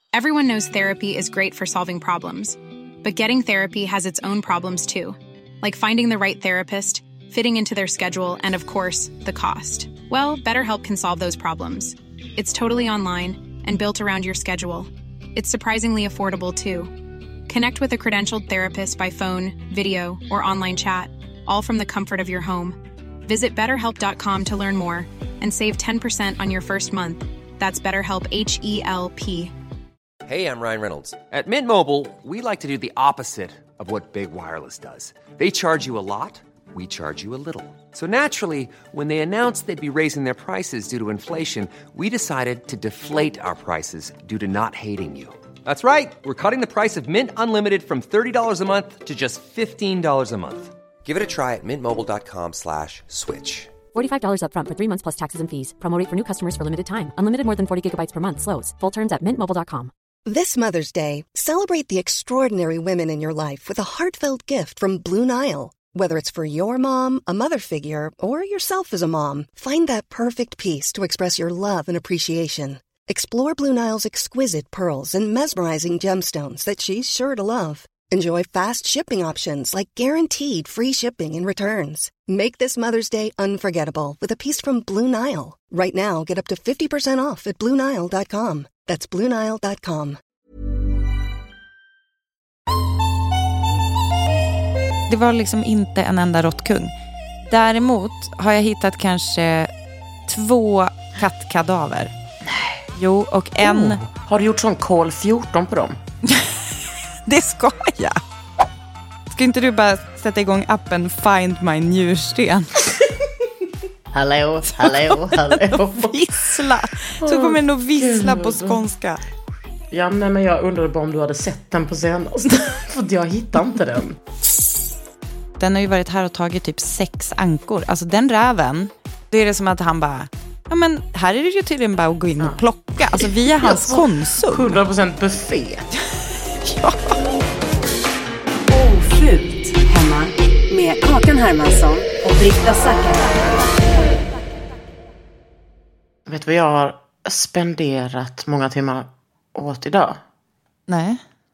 Everyone knows therapy is great for solving problems, but getting therapy has its own problems too, like finding the right therapist, fitting into their schedule, and of course, the cost. Well, BetterHelp can solve those problems. It's totally online and built around your schedule. It's surprisingly affordable too. Connect with a credentialed therapist by phone, video, or online chat, all from the comfort of your home. Visit BetterHelp.com to learn more and save 10% on your first month. That's BetterHelp, H-E-L-P. Hey, I'm Ryan Reynolds. At Mint Mobile, we like to do the opposite of what Big Wireless does. They charge you a lot, we charge you a little. So naturally, when they announced they'd be raising their prices due to inflation, we decided to deflate our prices due to not hating you. That's right. We're cutting the price of Mint Unlimited from $30 a month to just $15 a month. Give it a try at mintmobile.com/switch. $45 up front for 3 months plus taxes and fees. Promo rate for new customers for limited time. Unlimited more than 40 gigabytes per month. Slows full terms at mintmobile.com. This Mother's Day, celebrate the extraordinary women in your life with a heartfelt gift from Blue Nile. Whether it's for your mom, a mother figure, or yourself as a mom, find that perfect piece to express your love and appreciation. Explore Blue Nile's exquisite pearls and mesmerizing gemstones that she's sure to love. Enjoy fast shipping options like guaranteed free shipping and returns. Make this Mother's Day unforgettable with a piece from Blue Nile. Right now, get up to 50% off at BlueNile.com. That's BlueNile.com. Det var liksom inte en enda råttkung. Däremot har jag hittat kanske 2 kattkadaver. Nej. Jo, och en... Har du gjort sån kol 14 på dem? Det ska jag. Ska inte du bara sätta igång appen Find My njursten? Hallå. Vissla. Så kommer den att vissla på skånska. Ja, nej, men jag undrar bara om du hade sett den på senast. För jag hittar inte den. Den har ju varit här och tagit typ 6 ankor. Alltså den räven, det är det som att han bara... Ja, men här är det ju tydligen bara att gå in och plocka. Alltså vi är hans konsum. 100% buffé. Ja. Ofult hemma med Kakan Hermansson och Britta Zackari. Vet du vad jag har spenderat många timmar åt idag? Nej.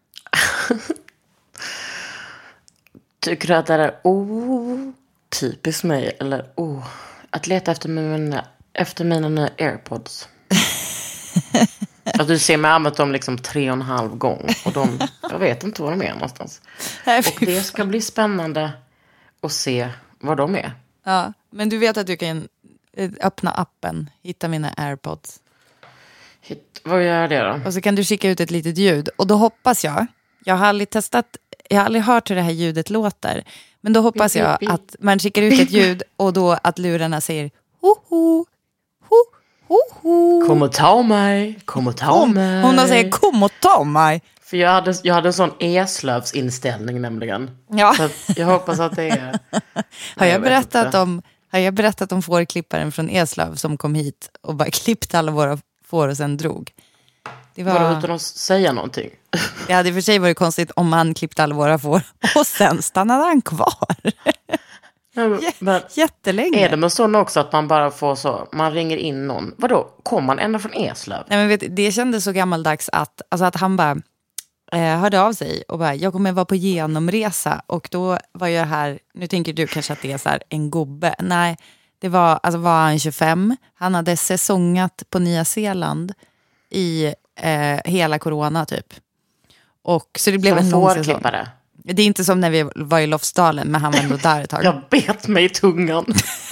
Tycker du att det är typiskt mig? Eller att leta efter mina nya AirPods? Att du ser mig använt dem liksom 3,5 gång. Och jag vet inte var de är någonstans. Och det ska bli spännande att se var de är. Ja, men du vet att du kan öppna appen, hitta mina AirPods. Vad gör det då? Och så kan du skicka ut ett litet ljud. Och då hoppas jag har aldrig testat, jag har aldrig hört hur det här ljudet låter. Men då hoppas jag att man skickar ut ett ljud och då att lurarna säger ho-ho, ho-ho. Kom och ta mig. Hon säger kom och ta mig. För jag hade en sån Eslövs-inställning nämligen. Ja. Så jag hoppas att det är... Har jag berättat om fårklipparen från Eslöv som kom hit och bara klippte alla våra får och sen drog? Det var utan att säga någonting. Det hade för sig varit konstigt om han klippte alla våra får och sen stannade han kvar. Men jättelänge. Är det med sån också att man bara får så, man ringer in någon? Vadå, kom man ända från Eslöv? Nej, men det kändes så gammaldags att han bara hörde av sig och bara, jag kommer vara på genomresa och då var jag här, nu tänker du kanske att det är så här en gubbe. Nej, det var, var han 25, han hade säsongat på Nya Zeeland i hela corona typ. Och så det blev en lång säsong. Det är inte som när vi var i Lofsdalen, men han var ändå där ett tag. Jag bet mig i tungan.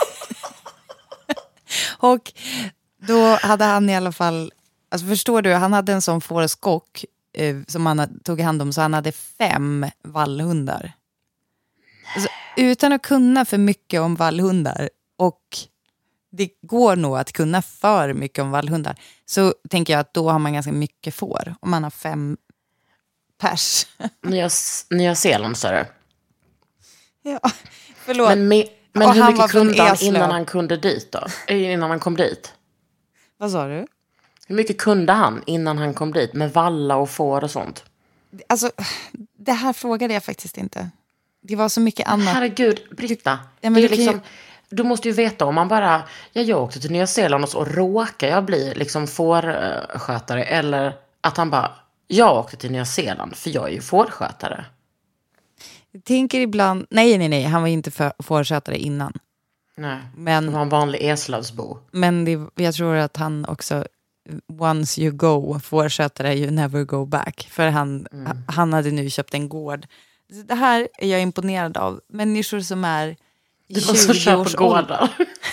Och då hade han i alla fall, alltså förstår du, han hade en sån fårskock som han tog hand om, så han hade 5 vallhundar. Alltså, utan att kunna för mycket om vallhundar, och det går nog att kunna för mycket om vallhundar, så tänker jag att då har man ganska mycket får. Om man har 5 pers. Nya Zeeland, sa du? Ja, förlåt. Men hur mycket kunde han innan han kunde dit då? Innan han kom dit? Vad sa du? Hur mycket kunde han innan han kom dit? Med valla och får och sånt? Alltså, det här frågade jag faktiskt inte. Det var så mycket annat. Herregud, Britta. Det är liksom, du måste ju veta om man bara... Jag åkte till Nya Zeeland och råkar jag bli liksom fårskötare. Eller att han bara... Jag åkte till Nya Zeeland för jag är ju fårskötare. Jag tänker ibland... Nej. Han var inte fårskötare innan. Nej, Men, det var en vanlig Eslövsbo. Men jag tror att han också... Once you go, fårskötare, you never go back. För han hade nu köpt en gård. Det här är jag imponerad av. Människor som är i 20 års ålder.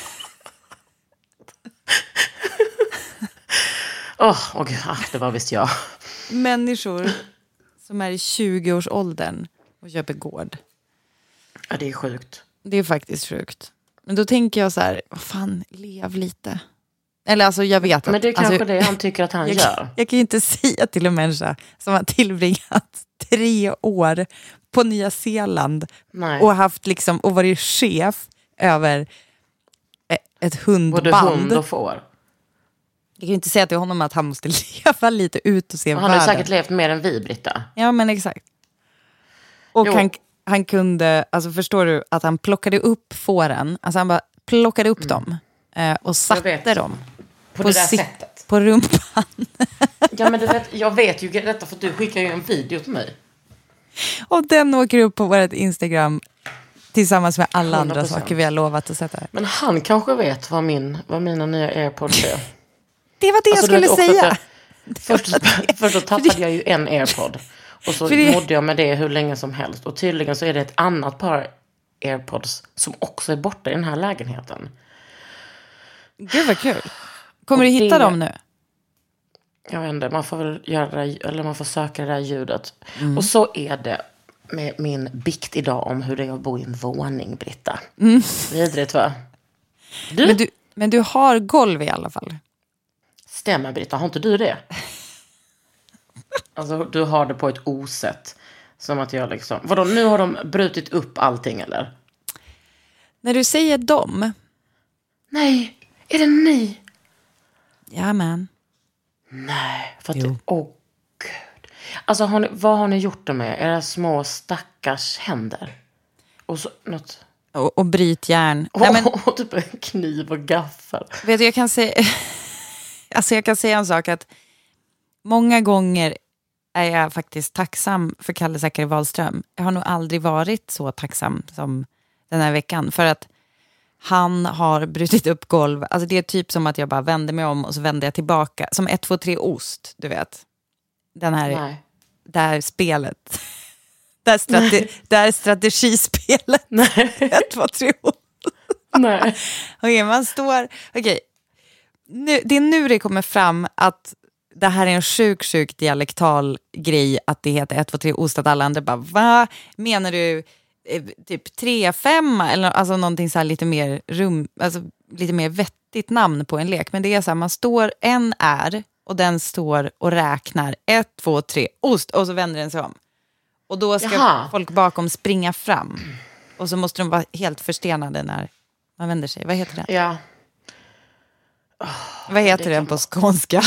Det var visst jag. Människor som är i 20-årsåldern och köper gård. Ja, det är sjukt. Det är faktiskt sjukt. Men då tänker jag så här, vad fan, lev lite. Eller alltså jag vet att... Men det är kanske det han tycker att han gör. Jag kan ju inte säga till en människa som har tillbringat 3 år på Nya Zeeland. Nej. Och haft liksom, och varit chef över ett hundband. Både hund och får. Jag kan ju inte säga till honom att han måste leva lite ut och se Han världen. har säkert levt mer än vi, Britta. Ja, men exakt. Och han kunde, alltså förstår du, att han plockade upp fåren. Alltså han bara plockade upp dem och satte dem. På det där sättet. På rumpan. Ja, men jag vet ju detta för att du skickar ju en video till mig. Och den åker upp på vårt Instagram tillsammans med alla 100%. andra saker vi har lovat att sätta här. Men han kanske vet vad mina nya AirPods är. Det var det jag skulle säga. Först så tappade jag ju en AirPod. Och så mådde jag med det hur länge som helst. Och tydligen så är det ett annat par AirPods som också är borta i den här lägenheten. Gud vad kul. Kommer du hitta dem nu? Jag vet inte, man får väl göra det, eller man får söka det där ljudet. Och så är det med min bikt idag om hur det är att bo i en våning, Britta. Vidrigt, va? Men du har golv i alla fall. Stämmer, Britta. Har inte du det? Alltså, du har det på ett osätt. Som att jag liksom... Vadå, nu har de brutit upp allting, eller? När du säger dem... Nej, är det ni? Jajamän. Nej, för att det... Gud. Alltså, vad har ni gjort det med? Era små stackars händer? Och så något... Och brytjärn. Och typ en kniv och gaffel. Vet du, jag kan säga en sak att många gånger är jag faktiskt tacksam för Kalle Zackari Wahlström. Jag har nog aldrig varit så tacksam som den här veckan. För att han har brutit upp golv. Alltså det är typ som att jag bara vänder mig om och så vänder jag tillbaka. Som 1, 2, 3 ost, du vet. Den här, där spelet. Där strategispelet. 1, 2, 3 ost. Nej. Okej, man står... Okej. Det är nu det kommer fram att det här är en sjuk dialektal grej att det heter 1, 2, 3 ost, att alla andra bara, vad menar du typ 3, 5 eller alltså någonting så här lite mer alltså lite mer vettigt namn på en lek, men det är så här, man står en är och den står och räknar 1, 2, 3 ost och så vänder den sig om. Och då ska folk bakom springa fram. Och så måste de vara helt förstenade när man vänder sig. Vad heter det? Ja. Vad heter den på skånska?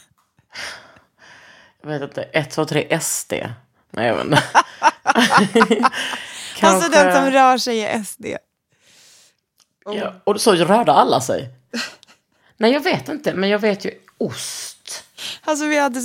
Jag vet inte. 1, 2, 3 SD. Nej, jag vet inte. Alltså den som rör sig i SD. Ja, och så rörde alla sig. Nej, jag vet inte. Men jag vet ju ost. Alltså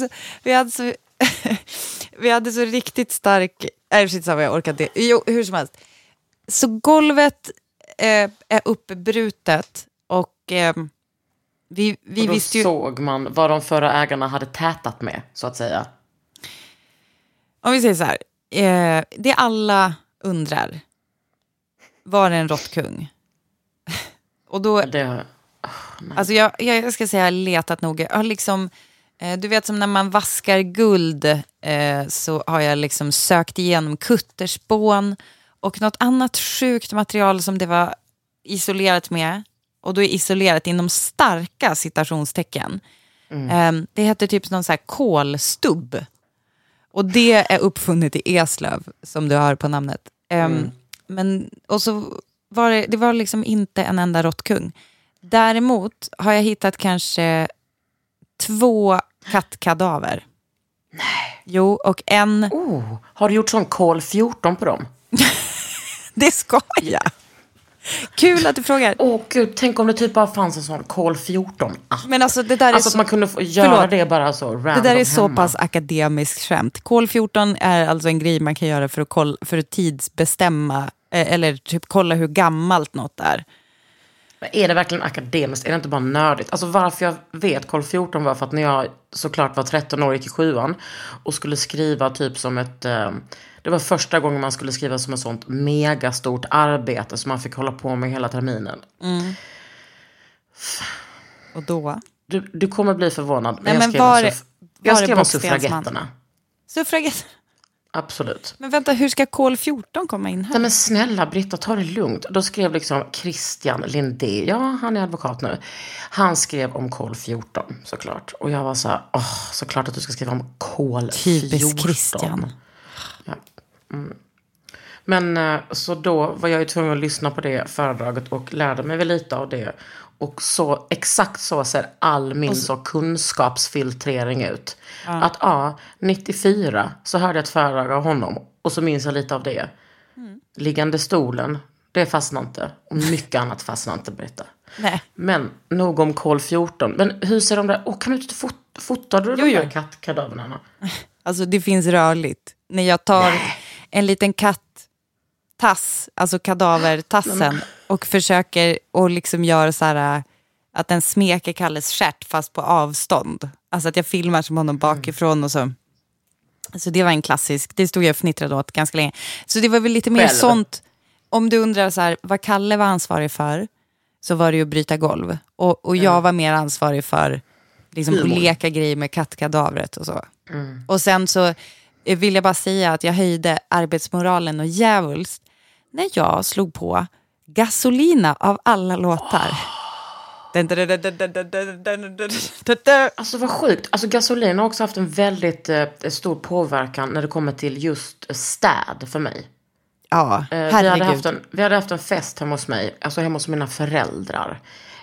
vi hade så riktigt stark... Samma, jag orkar inte. Jo, hur som helst. Så golvet är uppbrutet och vi och då visste ju... såg man vad de förra ägarna hade tätat med, så att säga. Om vi säger så här. Det alla undrar. Var det en råttkung? Och då... alltså jag ska säga jag har letat noga. Jag har liksom... Du vet som när man vaskar guld så har jag liksom sökt igenom kutterspån och något annat sjukt material som det var isolerat med. Och då är isolerat inom starka citationstecken. Det heter typ någon så här kolstubb. Och det är uppfunnet i Eslöv som du hör på namnet. Men, och så var det var liksom inte en enda råttkung. Däremot har jag hittat kanske 2 kattkadaver. Nej. Jo, och en... Har du gjort sån kol 14 på dem? Det ska jag. Kul att du frågar. Gud, tänk om det typ bara fanns en sån Call 14-app. Men alltså det där är Alltså att man kunde få göra det bara så random. Det där är så hemma. pass akademiskt skämt. Call 14 är alltså en grej man kan göra för att tidsbestämma eller typ kolla hur gammalt något är. Men är det verkligen akademiskt? Är det inte bara nördigt? Alltså varför jag vet Call 14 var för att när jag såklart var 13 år, gick i 7:an och skulle skriva typ som ett... Det var första gången man skulle skriva som ett sånt megastort arbete som man fick hålla på med hela terminen. Mm. Och då? Du kommer bli förvånad. Nej, men jag skrev om suffragetterna. Suffragetterna? Absolut. Men vänta, hur ska Call 14 komma in här? Nej, men snälla Britta, ta det lugnt. Då skrev liksom Christian Lindé, ja han är advokat nu. Han skrev om Call 14 såklart. Och jag var så här, såklart att du ska skriva om Call 14. Typisk Christian. Ja. Mm. Men så då var jag ju tvungen att lyssna på det föredraget och lärde mig väl lite av det. Och så exakt så ser all min så kunskapsfiltrering ut. Ja. Att 94 så hörde jag ett föredrag av honom. Och så minns jag lite av det. Liggande stolen, det fastnar inte. Och mycket annat fastnar inte, Britta. Nej. Men nog om Call 14. Men hur ser de där? Kan du inte fotade du de där kattkadaverna? Alltså det finns rörligt. När jag tar en liten kattass, alltså kadavertassen, och försöker och liksom göra så här att den smeker Kalles stjärt fast på avstånd. Alltså att jag filmar som honom bakifrån och så. Så det var en klassisk, det stod jag och fnittrade åt ganska länge. Så det var väl lite mer sånt, om du undrar så här, vad Kalle var ansvarig för, så var det ju att bryta golv. Och jag var mer ansvarig för liksom, att leka grejer med kattkadavret och så. Och sen så vill jag bara säga att jag höjde arbetsmoralen och djävulskt när jag slog på Gasolina av alla låtar. Alltså vad sjukt. Alltså Gasolina har också haft en väldigt stor påverkan när det kommer till just städ för mig. Ja, vi hade haft en fest hemma hos mig, alltså hemma hos mina föräldrar.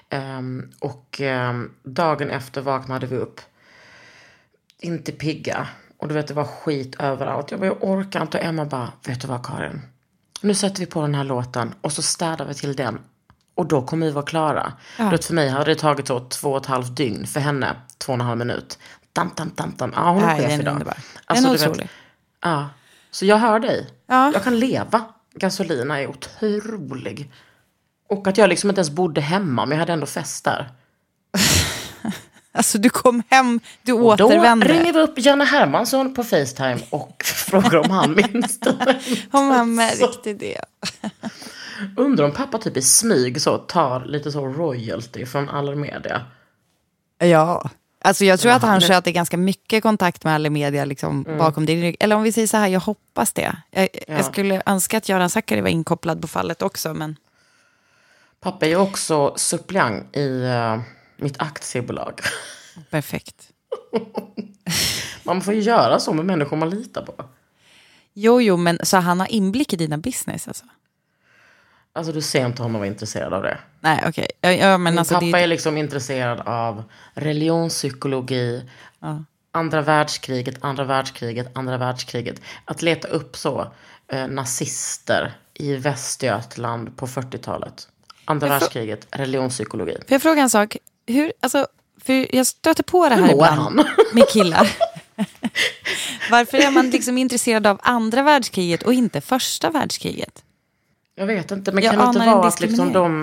Dagen efter vaknade vi upp inte pigga. Och du vet, det var skit överallt. Jag orkar inte. Och Emma bara, vet du vad Karin? Nu sätter vi på den här låten och så städar vi till den. Och då kommer vi vara klara. Ja. För mig hade det tagit så 2,5 dygn. För henne 2,5 minut. Tam. Ja, hon är chef idag. Alltså, du vet, ja. Så jag hör dig. Ja. Jag kan leva. Gasolina är otrolig. Och att jag liksom inte ens bodde hemma, men jag hade ändå fest där. Alltså du kom hem, du återvände. Då ringer vi upp Janne Hermansson på FaceTime och frågar om han minns det. Om han märkte det. Undrar om pappa typ i smyg så tar lite så royalty från alla media. Ja, alltså jag tror att han sköter ganska mycket kontakt med alla media liksom, bakom det. Eller om vi säger så här, jag hoppas det. Jag skulle önska att Göran Zackari var inkopplad på fallet också, men... Pappa är ju också suppleant i mitt aktiebolag. Perfekt. Man får ju göra så med människor man litar på. Jo, men så han har inblick i dina business alltså? Alltså du ser inte honom vara intresserad av det. Nej, okej. Ja, men min alltså, pappa är liksom intresserad av religionspsykologi, andra världskriget. Att leta upp så nazister i Västgötland på 40-talet. Andra världskriget, religionspsykologi. Får jag fråga en sak? För jag stöter på det här ibland med killar. Varför är man liksom intresserad av andra världskriget och inte första världskriget? Jag vet inte, men kan det inte vara att liksom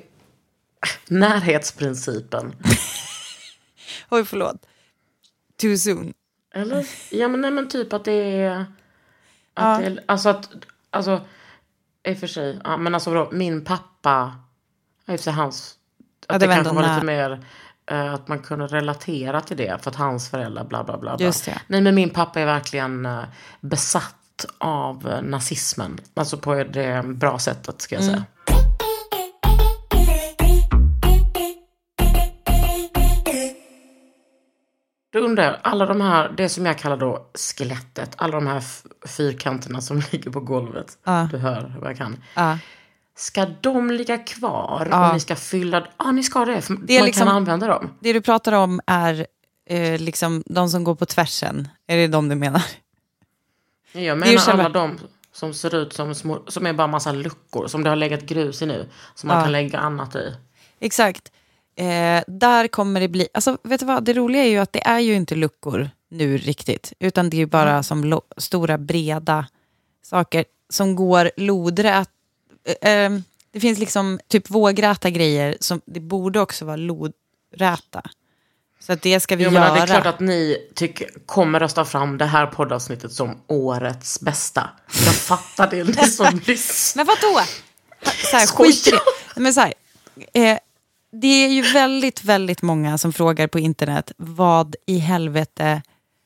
närhetsprincipen. Oj, förlåt. Too soon. Eller? Ja, men nej, men typ att det är... Att det, alltså, i och för sig. Ja, men alltså då, min pappa... I och för sig hans... Att det kanske var lite mer... att man kunde relatera till det. För att hans föräldrar, bla bla bla. Just det. Nej, men min pappa är verkligen besatt av nazismen. Alltså på det bra sättet, ska jag säga. Då undrar jag, alla de här, det som jag kallar då skelettet, alla de här fyrkanterna som ligger på golvet. Du hör vad jag kan. Ska de ligga kvar och ni ska fylla... ni ska det, för det är man liksom, kan använda dem. Det du pratar om är liksom de som går på tvärsen. Är det de du menar? Jag menar alla de Som ser ut som små, som är bara massa luckor. Som det har legat grus i nu. Som man kan lägga annat i. Exakt. Där kommer det bli... Alltså, vet du vad? Det roliga är ju att det är ju inte luckor nu riktigt. Utan det är ju bara som stora breda saker som går lodrät. Det finns liksom typ vågräta grejer. Som det borde också vara lodräta. Så att det ska vi göra. Det är klart att ni kommer rösta fram det här poddavsnittet som årets bästa. Jag fattar det. Det är som Men vadå? Så här, skit i det. Men så här, det är ju väldigt, väldigt många som frågar på internet vad i helvete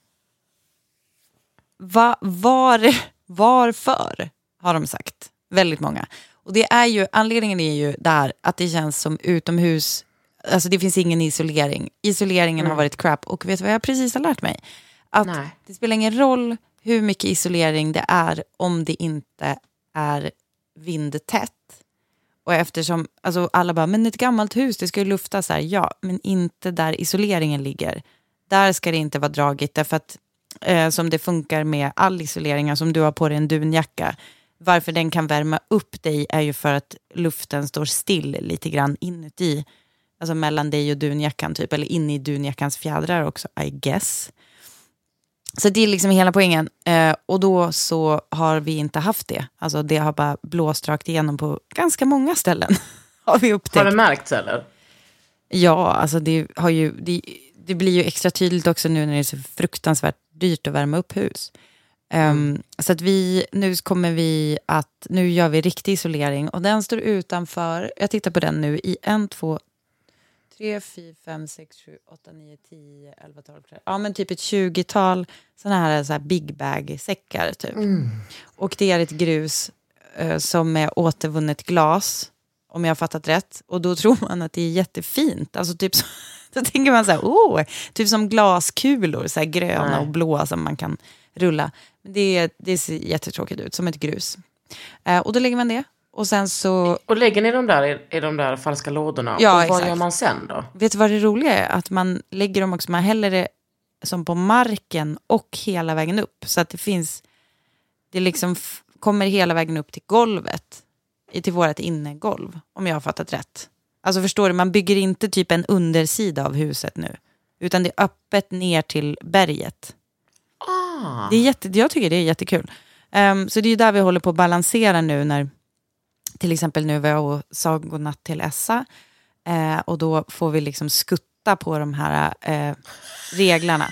varför har de sagt. Väldigt många. Och det är ju, anledningen är ju där att det känns som utomhus. Alltså det finns ingen isolering. Isoleringen har varit crap. Och vet du vad jag precis har lärt mig? Att det spelar ingen roll hur mycket isolering det är om det inte är vindtätt. Och eftersom alltså alla bara, men ett gammalt hus, det ska ju lufta så här. Ja, men inte där isoleringen ligger. Där ska det inte vara dragigt. Därför att som det funkar med all isolering, som du har på dig en dunjacka. Varför den kan värma upp dig är ju för att luften står still lite grann inuti. Alltså mellan dig och dunjackan typ. Eller in i dunjackans fjädrar också, I guess. Så det är liksom hela poängen. Och då så har vi inte haft det. Alltså det har bara blåst rakt igenom på ganska många ställen. Har vi upptäckt. Har det märkts eller? Ja, alltså det blir ju extra tydligt också nu när det är så fruktansvärt dyrt att värma upp hus. Så att nu gör vi riktig isolering. Och den står utanför, jag tittar på den nu i 1, 2, 3, 4, 5, 6, 7, 8, 9, 10, 11, 12, 13. Ja, men typ ett 20-tal såna här big bag-säckar typ. Och det är ett grus som är återvunnet glas, om jag har fattat rätt. Och då tror man att det är jättefint. Alltså typ så, då tänker man så här, typ som glaskulor, så här gröna och blåa som man kan rulla. Det ser jättetråkigt ut, som ett grus. Och då lägger man det. Och sen så... Och lägger ni de där falska lådorna? Ja, och vad exakt. gör man sen då? Vet du vad det roliga är? Att man lägger dem också, man häller det som på marken och hela vägen upp. Så att det liksom kommer hela vägen upp till golvet. Till vårt innergolv, om jag har fattat rätt. Alltså förstår du, man bygger inte typ en undersida av huset nu. Utan det är öppet ner till berget. Jag tycker det är jättekul. Så det är ju där vi håller på att balansera nu när... Till exempel nu var jag och sa godnatt till Essa. Och då får vi liksom skutta på de här reglarna.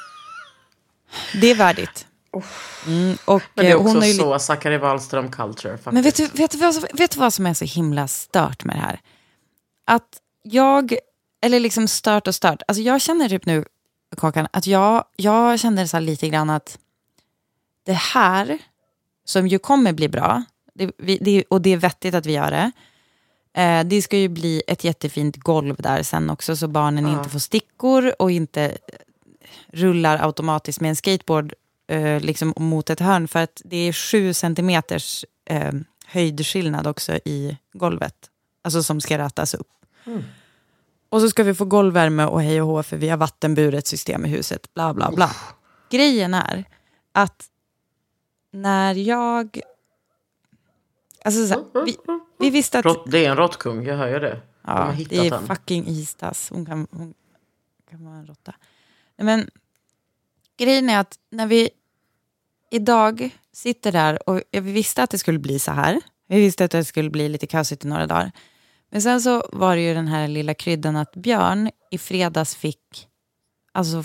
Det är värdigt. Och, men det är också hon är så Zachary Wallström culture faktiskt. Men vet du vad som är så himla stört med det här? Att eller liksom stört. Alltså jag känner typ nu, Kakan, att jag känner så här lite grann att det här som ju kommer bli bra, och det är vettigt att vi gör det. Det ska ju bli ett jättefint golv där sen också, så barnen inte får stickor och inte rullar automatiskt med en skateboard liksom mot ett hörn, för att det är 7 centimeters höjdskillnad också i golvet, alltså som ska rätas upp. Och så ska vi få golvvärme och hej och hå, för vi har vattenburet system i huset, bla bla bla. Grejen är att när jag alltså så här, vi visste att det är en råttkung, jag hör ju det. Ja, det är fucking Istas. Hon kan vara en råtta. Men grejen är att när vi idag sitter där och vi visste att det skulle bli så här. Vi visste att det skulle bli lite kaosigt i några dagar. Men sen så var det ju den här lilla kryddan att Björn i fredags fick alltså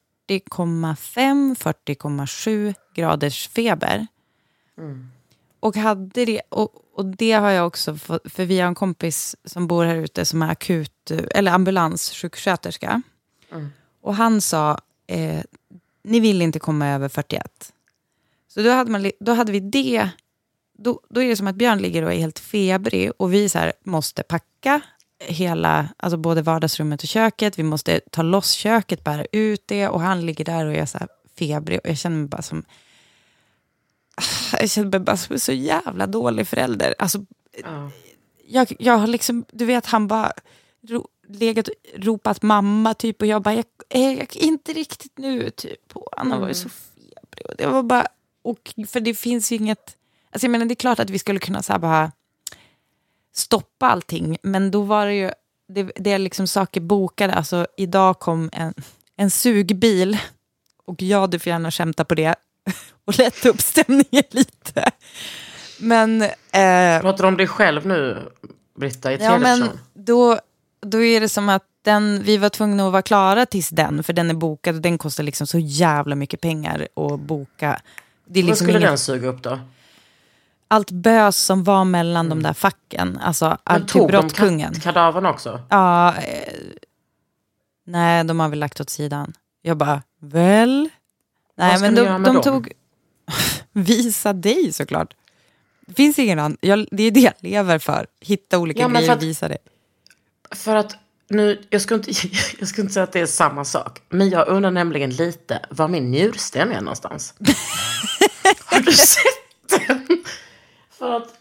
40,7 graders feber. Och hade det, och det har jag också för vi har en kompis som bor här ute som är akut eller ambulanssjuksköterska. Och han sa ni vill inte komma över 41. Så då hade vi det. Då är det som att Björn ligger och är helt febrig och vi så här måste packa hela, alltså både vardagsrummet och köket. Vi måste ta loss köket, bära ut det, och han ligger där och är så här febrig och jag känner mig bara som så jävla dålig förälder. Alltså, jag har liksom, du vet, han bara legat och ropat mamma typ, och jag bara, jag inte riktigt nu typ. Och han har varit så febrig och det var bara, och för det finns ju inget, Alltså jag menar, det är klart att vi skulle kunna så här bara stoppa allting. Men då var det ju, det är liksom saker bokade. Alltså idag kom en sugbil. Och du får gärna skämta på det. Och lätta upp stämningen lite. Men... Pratar du om dig själv nu, Britta, i ja, men show? då är det som att vi var tvungna att vara klara tills den. För den är bokad och den kostar liksom så jävla mycket pengar att boka. Det är liksom vad skulle den suga upp då? Allt bös som var mellan de där facken. Alltså till Brottkungen. Kadavern också? Ja. Nej, de har väl lagt åt sidan. Jag bara, väl? Nej, men de tog... Visa dig såklart. Det finns ingen annan. Det är det jag lever för. Hitta olika grejer och visa det. För att nu, jag ska inte säga att det är samma sak. Men jag undrar nämligen lite var min njursten är någonstans. Har du sett den? För att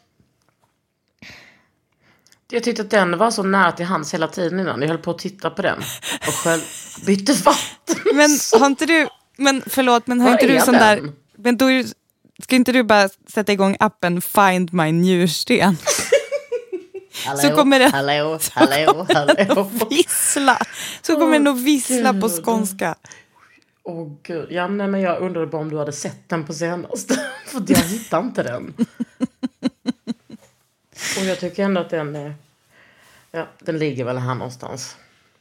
jag tyckte att den var så nära till hands hela tiden innan. Jag höll på att titta på den. Och själv bytte vatten. Men har inte du... Men förlåt, men har inte du sån där... Men då ska inte du bara sätta igång appen Find My njursten? Så kommer den att vissla. Så kommer den att vissla på skånska. Åh gud. Ja, nej, men jag undrade bara om du hade sett den på senaste. För jag hittade inte den. Och jag tycker ändå att den är... Ja, den ligger väl här någonstans.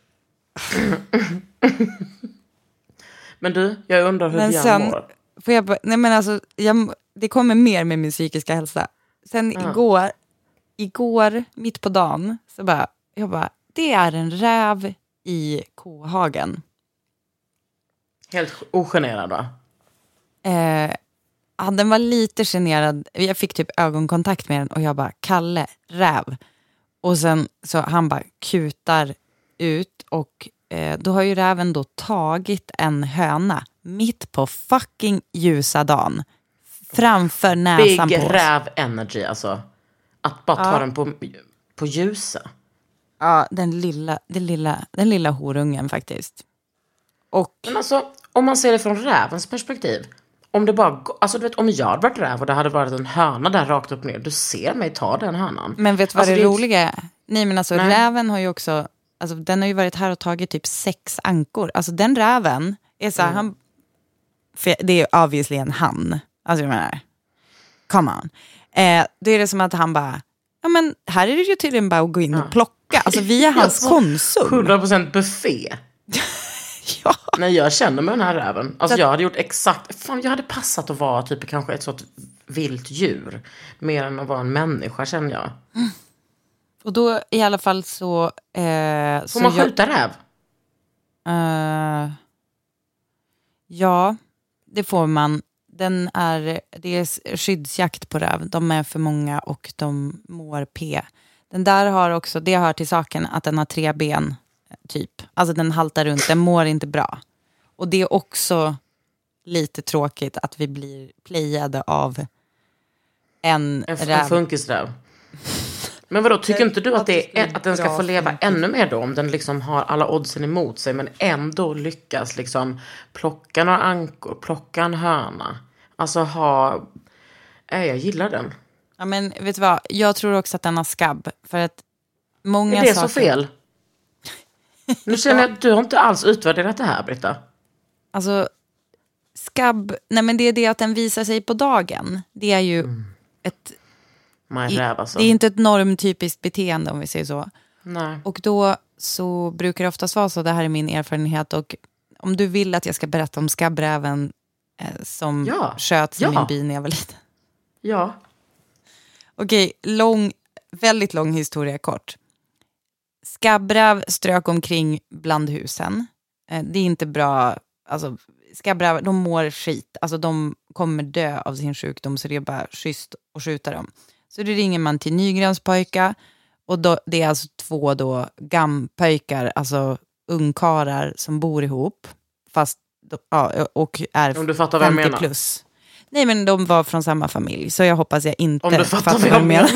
Men du, jag undrar hur Björn mår. Får jag bara, nej men alltså, det kommer mer med min psykiska hälsa. Sen igår, mitt på dagen, så jag bara, det är en räv i kohagen. Helt ogenerad va? Ja, den var lite generad. Jag fick typ ögonkontakt med den och jag bara, Kalle, räv. Och sen så han bara kutar ut och då har ju räven då tagit en höna mitt på fucking ljusa dagen. Framför näsan Big på oss. räv energy alltså. Att bara ta den på ljusa. Ja, den lilla horungen faktiskt. Men alltså, om man ser det från rävens perspektiv. Om det bara, alltså du vet, om jag hade varit räv och det hade varit en höna där rakt upp ner. Du ser mig ta den hönan. Men vet du vad det roliga är? Nej, men alltså räven har ju också, alltså den har ju varit här och tagit typ 6 ankor. Alltså den räven är så här, för det är obviously en han. Alltså jag menar, come on. Då är det som att han bara, ja men här är det ju tydligen bara att gå in och plocka. Alltså vi är hans konsul. 100% buffé. Ja. Nej, jag känner med den här räven. Alltså jag hade gjort exakt, fan jag hade passat att vara typ kanske ett sånt vilt djur. Mer än att vara en människa känner jag. Och då i alla fall så... får man skjuta räv? Ja, det får man. Det är skyddsjakt på räv. De är för många och de mår P. Den där har också, det hör till saken att den har 3 ben typ. Alltså den haltar runt, den mår inte bra. Och det är också lite tråkigt att vi blir playade av en räv. En funkisräv. Men vadå, tycker inte du att den ska få leva ännu mer då? Om den liksom har alla oddsen emot sig men ändå lyckas liksom plocka några ankor, plocka en höna. Alltså jag gillar den. Ja men vet du vad, jag tror också att den har skabb. För att många är det saker... så fel? Nu känner jag att du har inte alls utvärderat det här, Britta. Alltså, skabb... Nej men det är det att den visar sig på dagen. Det är ju ett... Alltså. Det är inte ett normtypiskt beteende om vi säger så. Nej. Och då så brukar det oftast vara så, det här är min erfarenhet. Och om du vill att jag ska berätta om skabbräven som sköts i min by när jag var liten. Ja. Okej, väldigt lång historia kort. Skabbräv strök omkring bland husen. Det är inte bra. Alltså, skabbräv, de mår skit. Alltså de kommer dö av sin sjukdom, så det är bara schysst att skjuta dem. Så då ringer man till Nygrens-pojka. Och då, det är alltså 2 då gampöjkar, alltså ungkarar som bor ihop. Fast, och är om du fattar vad jag 50 menar. plus. Nej men de var från samma familj. Så jag hoppas jag inte om du fattar vad jag menar.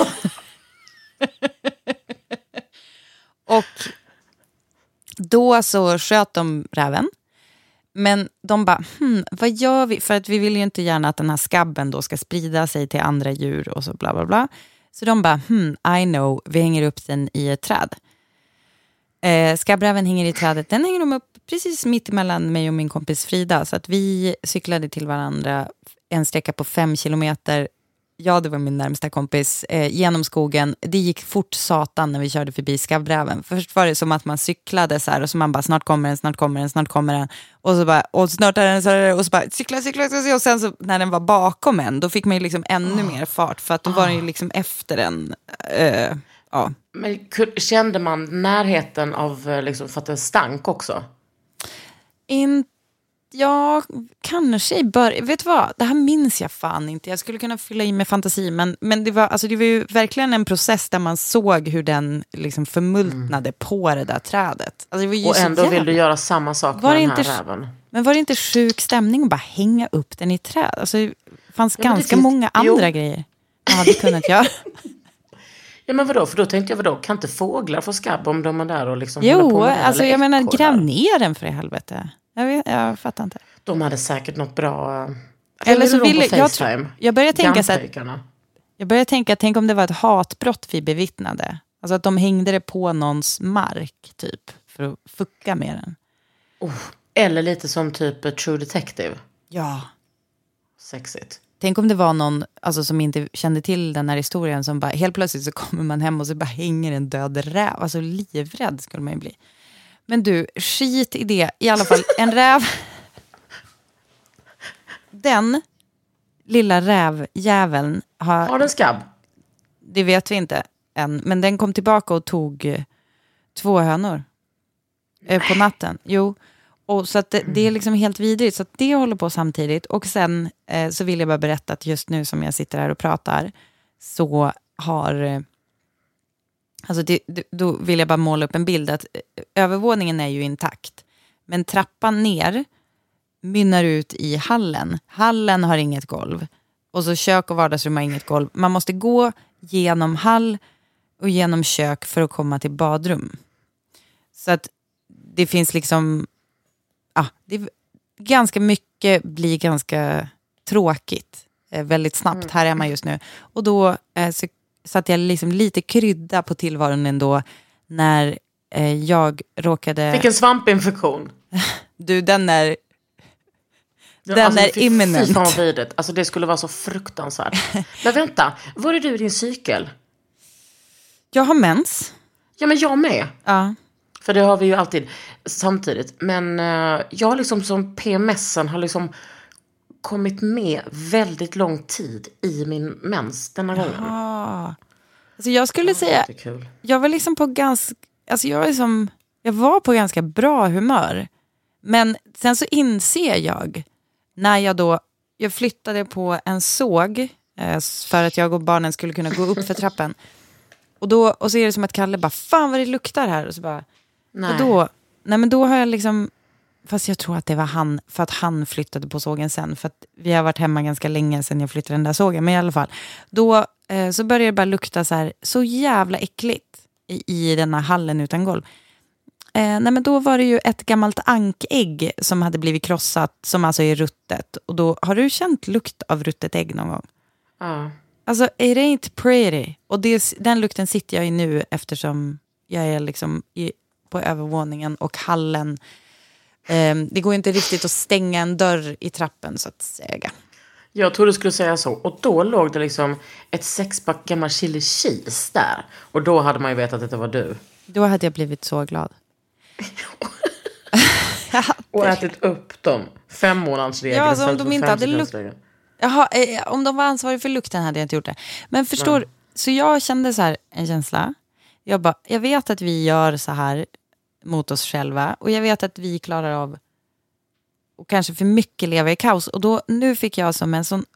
Och då så sköt de räven. Men de bara, vad gör vi? För att vi vill ju inte gärna att den här skabben då ska sprida sig till andra djur och så bla bla bla. Så de bara, I know, vi hänger upp den i ett träd. Skabbräven hänger i trädet, den hänger de upp precis mitt emellan mig och min kompis Frida. Så att vi cyklade till varandra en sträcka på 5 kilometer. Ja, det var min närmsta kompis. Genom skogen. Det gick fort satan när vi körde förbi skabbräven. Först var det som att man cyklade så här. Och så man bara, snart kommer den. Och så bara, och snart är den så här. Och så bara, cykla. Och sen så när den var bakom en, då fick man ju liksom ännu mer fart. För att då var den ju liksom efter den. Ja. Men kände man närheten av, liksom, för att det stank också? Ja, kanske i början. Vet du vad? Det här minns jag fan inte. Jag skulle kunna fylla i med fantasi. Men det var ju verkligen en process där man såg hur den liksom förmultnade på det där trädet. Alltså, det var ju och ändå vill du göra samma sak med den här räven. Men var det inte sjuk stämning att bara hänga upp den i träd? Alltså, det fanns ganska många andra grejer man hade kunnat göra. Ja, men vadå? För då tänkte jag, kan inte fåglar få skabb om de är där och liksom håller på med det? Alltså jag menar, gräv ner den för i helvete. Jag fattar inte. De hade säkert något bra. Eller så ville jag började tänka så att tänk om det var ett hatbrott vi bevittnade. Alltså att de hängde det på någons mark typ för att fucka med den. Eller lite som typ True Detective. Ja. Sexigt. Tänk om det var någon alltså, som inte kände till den här historien som bara helt plötsligt så kommer man hem och så bara hänger en död räv. Alltså livrädd skulle man ju bli. Men du, skit i det. I alla fall, en räv. Den lilla rävjäveln har den skabb? Det vet vi inte än. Men den kom tillbaka och tog 2 hönor på natten. Jo, och så att det är liksom helt vidrigt. Så att det håller på samtidigt. Och sen så vill jag bara berätta att just nu som jag sitter här och pratar så har... Alltså då vill jag bara måla upp en bild att övervåningen är ju intakt. Men trappan ner mynnar ut i hallen. Hallen har inget golv. Och så kök och vardagsrum har inget golv. Man måste gå genom hall och genom kök för att komma till badrum. Så att det finns liksom... det är ganska mycket blir ganska tråkigt. Väldigt snabbt här hemma just nu. Och då så satt jag liksom lite krydda på tillvaron ändå när jag råkade... Fick en svampinfektion. Du, den är imminent. Fy fan videt. Alltså det skulle vara så fruktansvärt. Men vänta, var är du i din cykel? Jag har mens. Ja, men jag med. Ja. För det har vi ju alltid samtidigt. Men jag liksom som PMSen har liksom kommit med väldigt lång tid i min mens denna gången. Alltså jag skulle säga, jag var liksom på ganska, alltså jag var på ganska bra humör. Men sen så inser jag när jag flyttade på en såg för att jag och barnen skulle kunna gå upp för trappen. Och så är det som att Kalle bara, fan vad det luktar här. Och så bara, men då har jag liksom, fast jag tror att det var han, för att han flyttade på sågen sen. För att vi har varit hemma ganska länge sedan jag flyttade den där sågen. Men i alla fall, då så började det bara lukta så jävla äckligt i den här hallen utan golv. Men då var det ju ett gammalt ankägg som hade blivit krossat, som alltså är ruttet. Och då, har du känt lukt av ruttet ägg någon gång? Ja. Alltså, it ain't pretty. Och den lukten sitter jag i nu eftersom jag är liksom på övervåningen och hallen. Det går inte riktigt att stänga en dörr i trappen så att säga. Jag trodde du skulle säga så. Och då låg det liksom ett 6-pack gammal chili cheese där. Och då hade man ju vetat att det var du. Då hade jag blivit så glad. Och ätit upp dem. 5-månadsregeln. Ja, alltså om de inte hade om de var ansvariga för lukten hade jag inte gjort det. Men förstår, så jag kände så här en känsla. Jag vet att vi gör så här mot oss själva. Och jag vet att vi klarar av och kanske för mycket leva i kaos. Och då, nu fick jag som en sån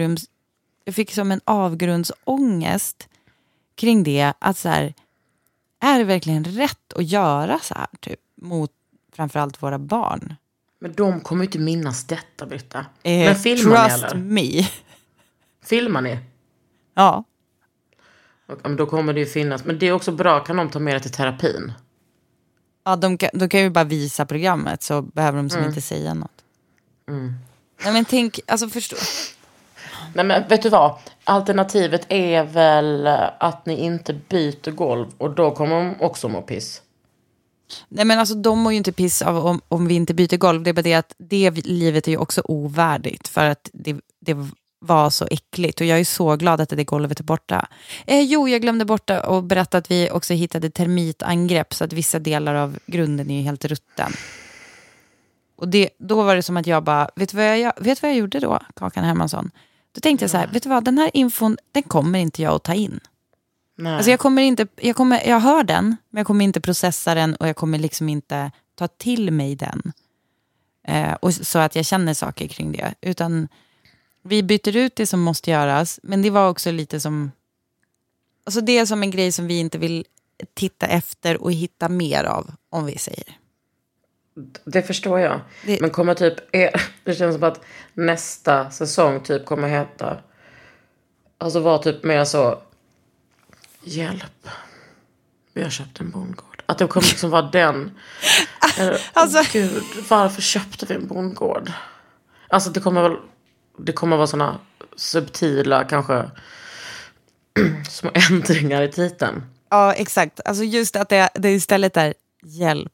avgrundsångest kring det. Att så här, är det verkligen rätt att göra så här typ, mot framförallt våra barn? Men de kommer inte minnas detta, Britta. Men filmar ni eller? Trust me. Filmar ni? Ja. Och, då kommer det ju finnas. Men det är också bra, kan de ta med det till terapin? Ja, de kan ju bara visa programmet, så behöver de som inte säga något. Nej, men tänk, alltså förstå. Nej, men vet du vad? Alternativet är väl att ni inte byter golv, och då kommer de också må piss. Nej, men alltså de mår ju inte piss av om vi inte byter golv. Det är bara det att det livet är ju också ovärdigt, för att det var så äckligt. Och jag är så glad att det golvet är borta. Jag glömde bort att berätta att vi också hittade termitangrepp, så att vissa delar av grunden är ju helt rutten. Och då var det som att jag bara, vet du vad jag gjorde då, Kakan Hermansson? Då tänkte jag så här, vet du vad, den här infon, den kommer inte jag att ta in. Nej. Alltså jag hör den, men jag kommer inte processa den, och jag kommer liksom inte ta till mig den. Och så att jag känner saker kring det. Utan vi byter ut det som måste göras, men det var också lite som, alltså det är som en grej som vi inte vill titta efter och hitta mer av, om vi säger. Det förstår jag. Men kommer typ, det känns som att nästa säsong typ kommer heta, alltså var typ mer så, hjälp, vi har köpt en bondgård. Att det kommer liksom vara den. Alltså, gud, varför köpte vi en bondgård? Alltså det kommer vara såna subtila, kanske små ändringar i titeln. Ja, exakt. Alltså just att det istället är hjälp.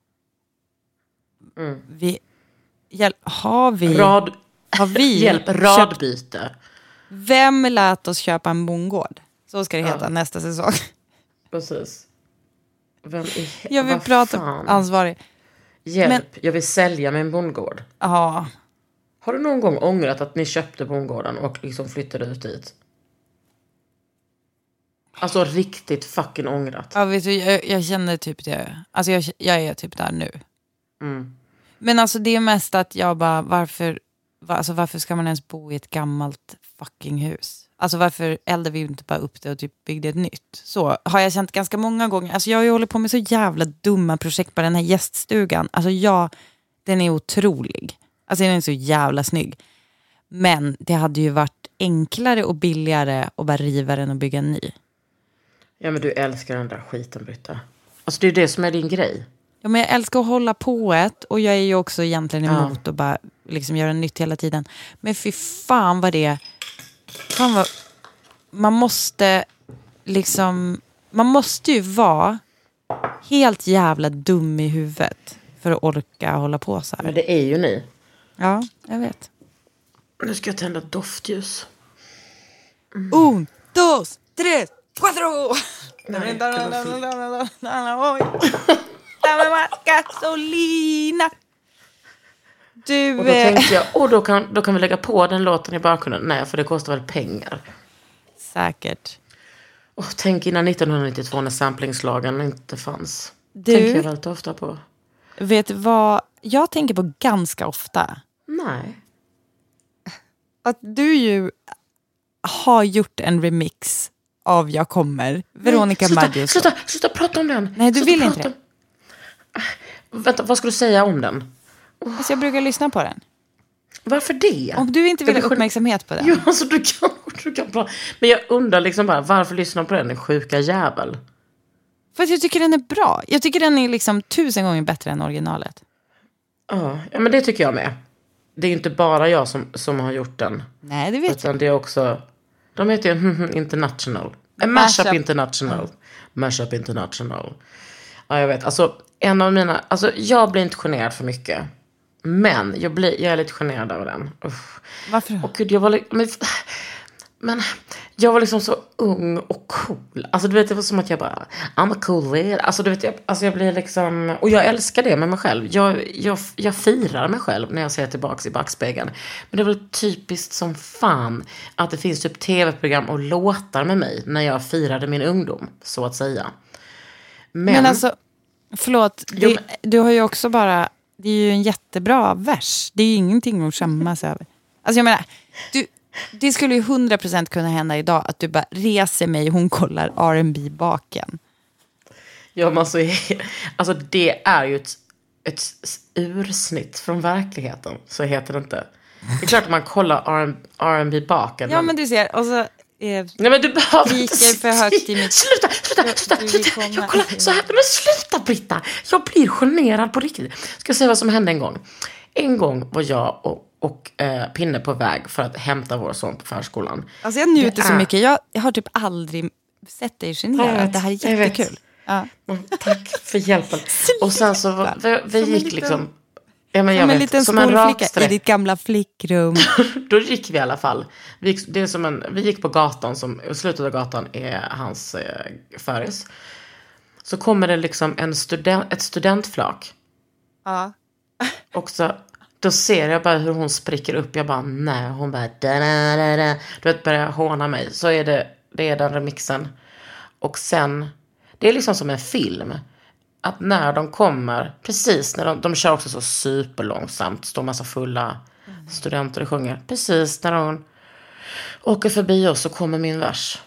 Har vi hjälp, radbyte. Vem lät oss köpa en bondgård? Så ska det heta nästa säsong. Precis. Jag vill prata ansvarig. Hjälp, jag vill sälja min bondgård. Ja. Har du någon gång ångrat att ni köpte bondgården och liksom flyttade ut dit? Alltså riktigt fucking ångrat. Ja, vet du, jag känner typ det. Alltså jag är typ där nu. Men alltså det är mest att jag bara, varför ska man ens bo i ett gammalt fucking hus? Alltså varför eldar vi inte bara upp det och typ byggde ett nytt? Så har jag känt ganska många gånger. Alltså jag har ju hållit på med så jävla dumma projekt på den här gäststugan. Alltså den är otrolig. Alltså den är så jävla snygg. Men det hade ju varit enklare och billigare att bara riva den och bygga en ny. Ja, men du älskar den där skiten, Britta. Alltså det är det som är din grej. Ja, men jag älskar att hålla på och jag är ju också egentligen emot att bara liksom göra nytt hela tiden. Men fy fan vad man måste ju vara helt jävla dum i huvudet för att orka hålla på så här. Men det är ju ni. Ja, jag vet. Nu ska jag tända doftljus. Un, dos, tres, cuatro! Gasolina. Du, och då tänkte jag, då kan vi lägga på den låten i bakgrunden. Nej, för det kostar väl pengar. Säkert. Tänk innan 1992 när samplingslagen inte fanns. Tänker jag väldigt ofta på. Vet du vad jag tänker på ganska ofta? Nej. Att du ju har gjort en remix av Jag kommer. Veronica Maggio. Sluta prata om den. Nej, du vill inte det. Vänta, vad ska du säga om den? Alltså jag brukar lyssna på den. Varför det? Om du inte vill ha uppmärksamhet på den. Jo, alltså du kan prata. Men jag undrar liksom bara, varför lyssnar på den sjuka jävel? För att jag tycker den är bra. Jag tycker den är liksom 1000 gånger bättre än originalet. Ja, men det tycker jag med. Det är ju inte bara jag som har gjort den. Nej, det vet utan det är också, de heter ju International. Mashup International. Mashup International. Ja, jag vet. Alltså, jag blir inte generad för mycket. Men jag är lite generad över den. Varför? Och gud, jag var liksom så ung och cool. Alltså du vet, det var som att jag bara, I'm a cool lady. Alltså du vet, jag blir liksom, och jag älskar det med mig själv. Jag firar mig själv när jag ser tillbaka i backspegeln. Men det var typiskt som fan att det finns typ tv-program och låtar med mig när jag firade min ungdom, så att säga. Men alltså, förlåt, du har ju också bara, det är ju en jättebra vers. Det är ju ingenting att skämmas över. Alltså jag menar, det skulle ju 100% kunna hända idag att du bara reser mig, hon kollar R&B baken. Ja, men alltså det är ju ett ursnitt från verkligheten, så heter det inte. Det är klart att man kollar R&B baken. Ja, men du ser, och så Nej, men du behöver skriker för högt i mitt... Sluta. Jag kollar så här. Men sluta, Britta. Jag blir generad på riktigt. Ska jag säga vad som hände en gång? En gång var jag och Pinne på väg för att hämta vår son på förskolan. Alltså jag njuter så mycket. Jag har typ aldrig sett dig generad. Det här är jättekul. Ja. Tack för hjälpen. Och sen så vi gick liksom... Ja, men som en liten skolflicka i ditt gamla flickrum. Då gick vi i alla fall. Vi gick på gatan, som i slutet av gatan är hans föris. Så kommer det liksom ett studentflak. Ja. Och så, då ser jag bara hur hon spricker upp. Jag bara, nej. Hon bara, da. Du vet, börjar håna mig. Så är det är den remixen. Och sen, det är liksom som en film. Att när de kommer, precis när de kör också så superlångsamt, står massa fulla studenter och sjunger. Precis när de åker förbi oss så kommer min vers.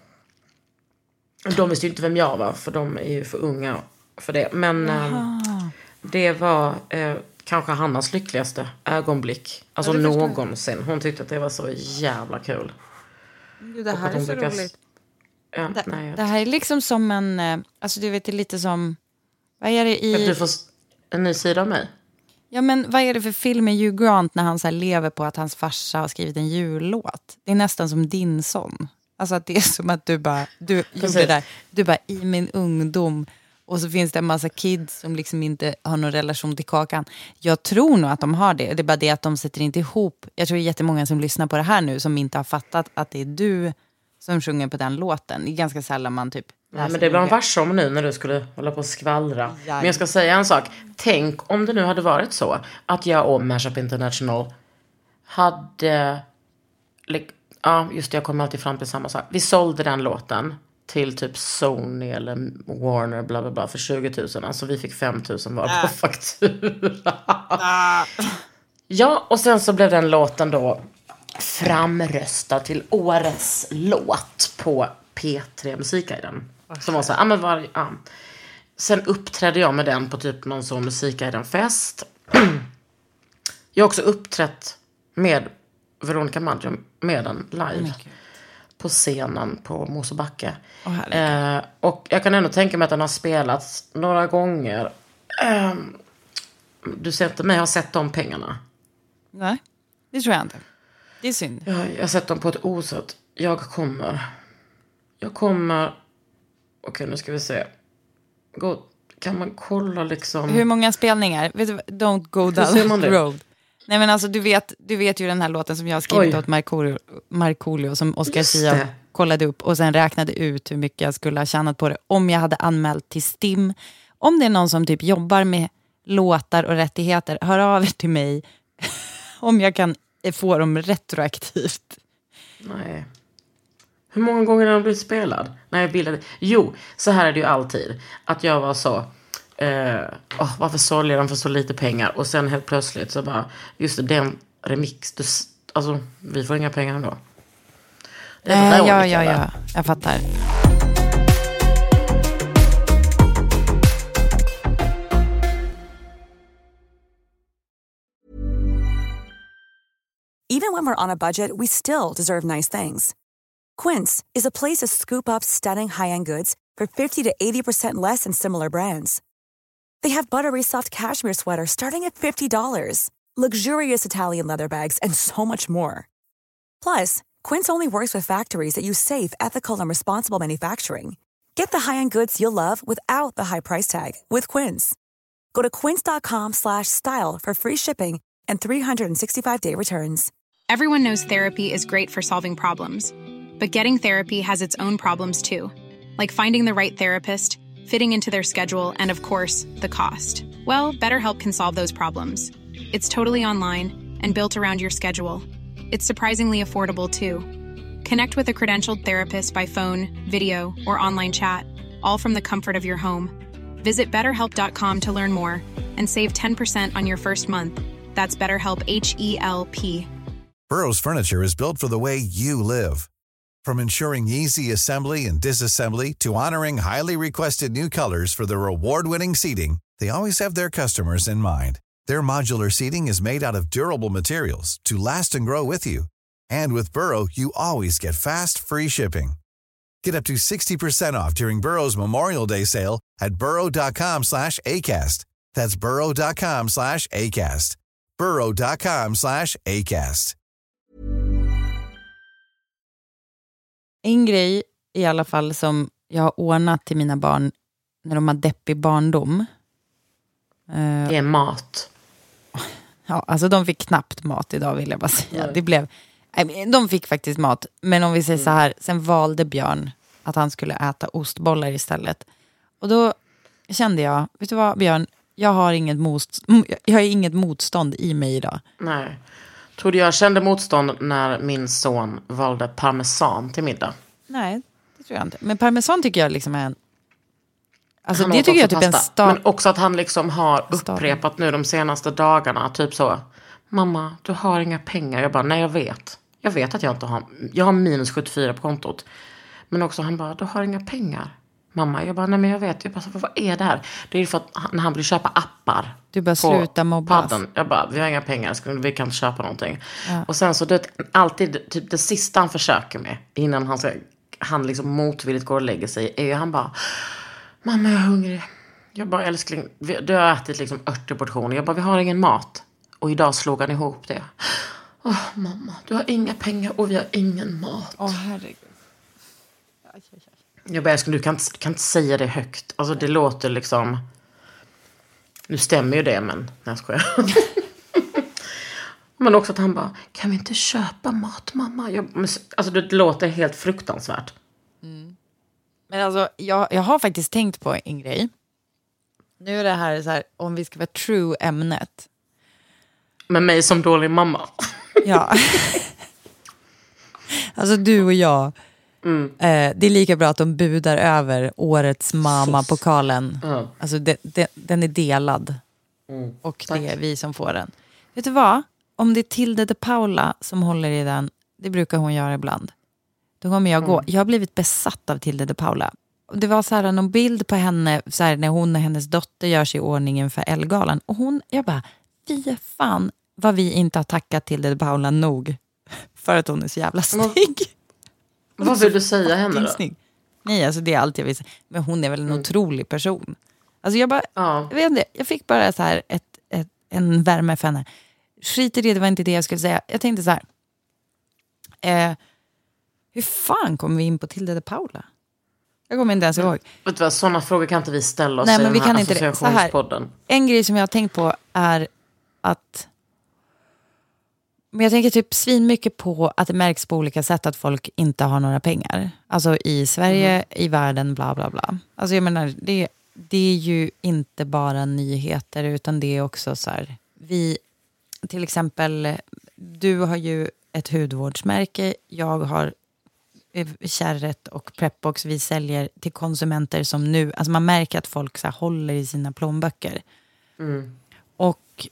De visste ju inte vem jag var, för de är ju för unga för det. Men det var kanske Hannas lyckligaste ögonblick. Alltså någonsin. Hon tyckte att det var så jävla kul. Gud, det här är så roligt. Ja, det här är liksom som en... Alltså du vet, det är lite som... Vad är det i... Du får en ny sida av mig. Ja, men vad är det för film med Hugh Grant när han så här lever på att hans farsa har skrivit en jullåt? Det är nästan som din son. Alltså att det är som att du gjorde det där. Du bara, i min ungdom. Och så finns det en massa kids som liksom inte har någon relation till Kakan. Jag tror nog att de har det. Det är bara det att de sätter inte ihop. Jag tror det är jättemånga som lyssnar på det här nu som inte har fattat att det är du som sjunger på den låten. Det är ganska sällan man typ... Nej, men det blir en vars om nu när du skulle hålla på och skvallra. Ja. Men jag ska säga en sak. Tänk om det nu hade varit så att jag och Mashup International hade... Ja, just det, jag kommer alltid fram till samma sak. Vi sålde den låten till typ Sony eller Warner bla bla bla för 20 000. Alltså vi fick 5 000 var på faktura. Ja, och sen så blev den låten då framröstad till årets låt på P3 Musikguiden. Som var så här, Sen uppträdde jag med den på typ någon sån Musikguiden-fest. Jag har också uppträtt med Veronica Maggio med den live. På scenen på Mosebacke. Och jag kan ändå tänka mig att den har spelats några gånger. Du ser inte mig har sett de pengarna. Nej, det tror jag inte. Det är synd. Jag har sett dem på ett osätt. Jag kommer. Okej, nu ska vi se. Kan man kolla liksom. Hur många spelningar? Vet du, don't go down the road. Nej, men alltså du vet ju den här låten som jag har skrivit åt Markoolio som Oscar Sia kollade upp och sen räknade ut hur mycket jag skulle ha tjänat på det om jag hade anmält till STIM. Om det är någon som typ jobbar med låtar och rättigheter, hör av er till mig om jag kan få dem retroaktivt. Nej. Hur många gånger har den blivit spelad? När jag bildade... Jo, så här är det ju alltid. Att jag var så... varför sålde de för så lite pengar? Och sen helt plötsligt så bara... Just det, den remix... Alltså, vi får inga pengar ändå. Ja, jag fattar. Even when we're on a budget, we still deserve nice things. Quince is a place to scoop up stunning high-end goods for 50 to 80% less than similar brands. They have buttery soft cashmere sweaters starting at $50, luxurious Italian leather bags, and so much more. Plus, Quince only works with factories that use safe, ethical, and responsible manufacturing. Get the high-end goods you'll love without the high price tag with Quince. Go to quince.com/style for free shipping and 365-day returns. Everyone knows therapy is great for solving problems, but getting therapy has its own problems too, like finding the right therapist, fitting into their schedule, and of course, the cost. Well, BetterHelp can solve those problems. It's totally online and built around your schedule. It's surprisingly affordable too. Connect with a credentialed therapist by phone, video, or online chat, all from the comfort of your home. Visit BetterHelp.com to learn more and save 10% on your first month. That's BetterHelp, H-E-L-P. Burrow's furniture is built for the way you live. From ensuring easy assembly and disassembly to honoring highly requested new colors for their award-winning seating, they always have their customers in mind. Their modular seating is made out of durable materials to last and grow with you. And with Burrow, you always get fast, free shipping. Get up to 60% off during Burrow's Memorial Day sale at burrow.com/ACAST. That's burrow.com/ACAST. burrow.com/ACAST. En grej i alla fall som jag har ordnat till mina barn när de har deppig barndom. Det är mat. Ja, alltså de fick knappt mat idag, vill jag bara säga. Det blev, de fick faktiskt mat. Men om vi säger så här, sen valde Björn att han skulle äta ostbollar istället. Och då kände jag, vet du vad Björn, jag har inget motstånd i mig idag. Nej. Tror du jag kände motstånd när min son valde parmesan till middag? Nej, det tror jag inte. Men parmesan tycker jag liksom är en... Alltså Han det åt tycker jag också typ en pasta. Men också att han liksom har upprepat nu de senaste dagarna. Typ så. Mamma, du har inga pengar. Jag bara, nej jag vet. Jag vet att jag inte har. Jag har minus 74 på kontot. Men också han bara, du har inga pengar. Mamma, jag bara, nej men jag vet. Jag bara, vad är det här? Det är ju för att när han vill köpa appar. Du bara sluta mobbas. Padden. Jag bara, vi har inga pengar. Vi kan inte köpa någonting. Ja. Och sen så det alltid typ det sista han försöker med. Innan han liksom motvilligt går och lägger sig. Är ju han bara... Mamma, jag är hungrig. Jag bara, älskling, du har ätit liksom 80 portioner. Jag bara, vi har ingen mat. Och idag slog han ihop det. Mamma, du har inga pengar och vi har ingen mat. Herregud. Jag bara, älskling, du kan inte säga det högt. Alltså det låter liksom... Nu stämmer ju det, men... Nej, jag skojar. Men också att han bara, kan vi inte köpa mat, mamma? Alltså det låter helt fruktansvärt. Mm. Men alltså, jag har faktiskt tänkt på en grej. Nu är det här så här, om vi ska vara true ämnet. Med mig som dålig mamma. Ja. Alltså du och jag. Det är lika bra att de budar över årets mamma-pokalen. Alltså den är delad. Och det är vi som får den. Vet du vad? Om det är Tilde de Paula som håller i den, det brukar hon göra ibland. Då kommer jag gå. Jag har blivit besatt av Tilde de Paula. Det var så här någon bild på henne så här, när hon och hennes dotter gör sig i ordningen för Ellegalan. Och jag bara, fy fan vad vi inte har tackat Tilde de Paula nog för att hon är så jävla snygg. Vad vill du säga henne då? Snygg. Nej, alltså det är allt jag vill säga. Men hon är väl en otrolig person. Alltså jag bara, jag vet inte, jag fick bara så här en värme för henne. Skit i det var inte det jag skulle säga. Jag tänkte så här, hur fan kommer vi in på Tilde de Paula? Jag kommer inte ens ihåg. Vet du vad, sådana frågor kan inte vi ställa oss. Nej, i men den vi kan inte det. Så här, en grej som jag har tänkt på är att... Men jag tänker typ svin mycket på att det märks på olika sätt att folk inte har några pengar. Alltså i Sverige, i världen, bla bla bla. Alltså jag menar, det är ju inte bara nyheter utan det är också så här... Till exempel, du har ju ett hudvårdsmärke, jag har Kärret och Prepbox. Vi säljer till konsumenter som nu, alltså man märker att folk så här håller i sina plånböcker. Och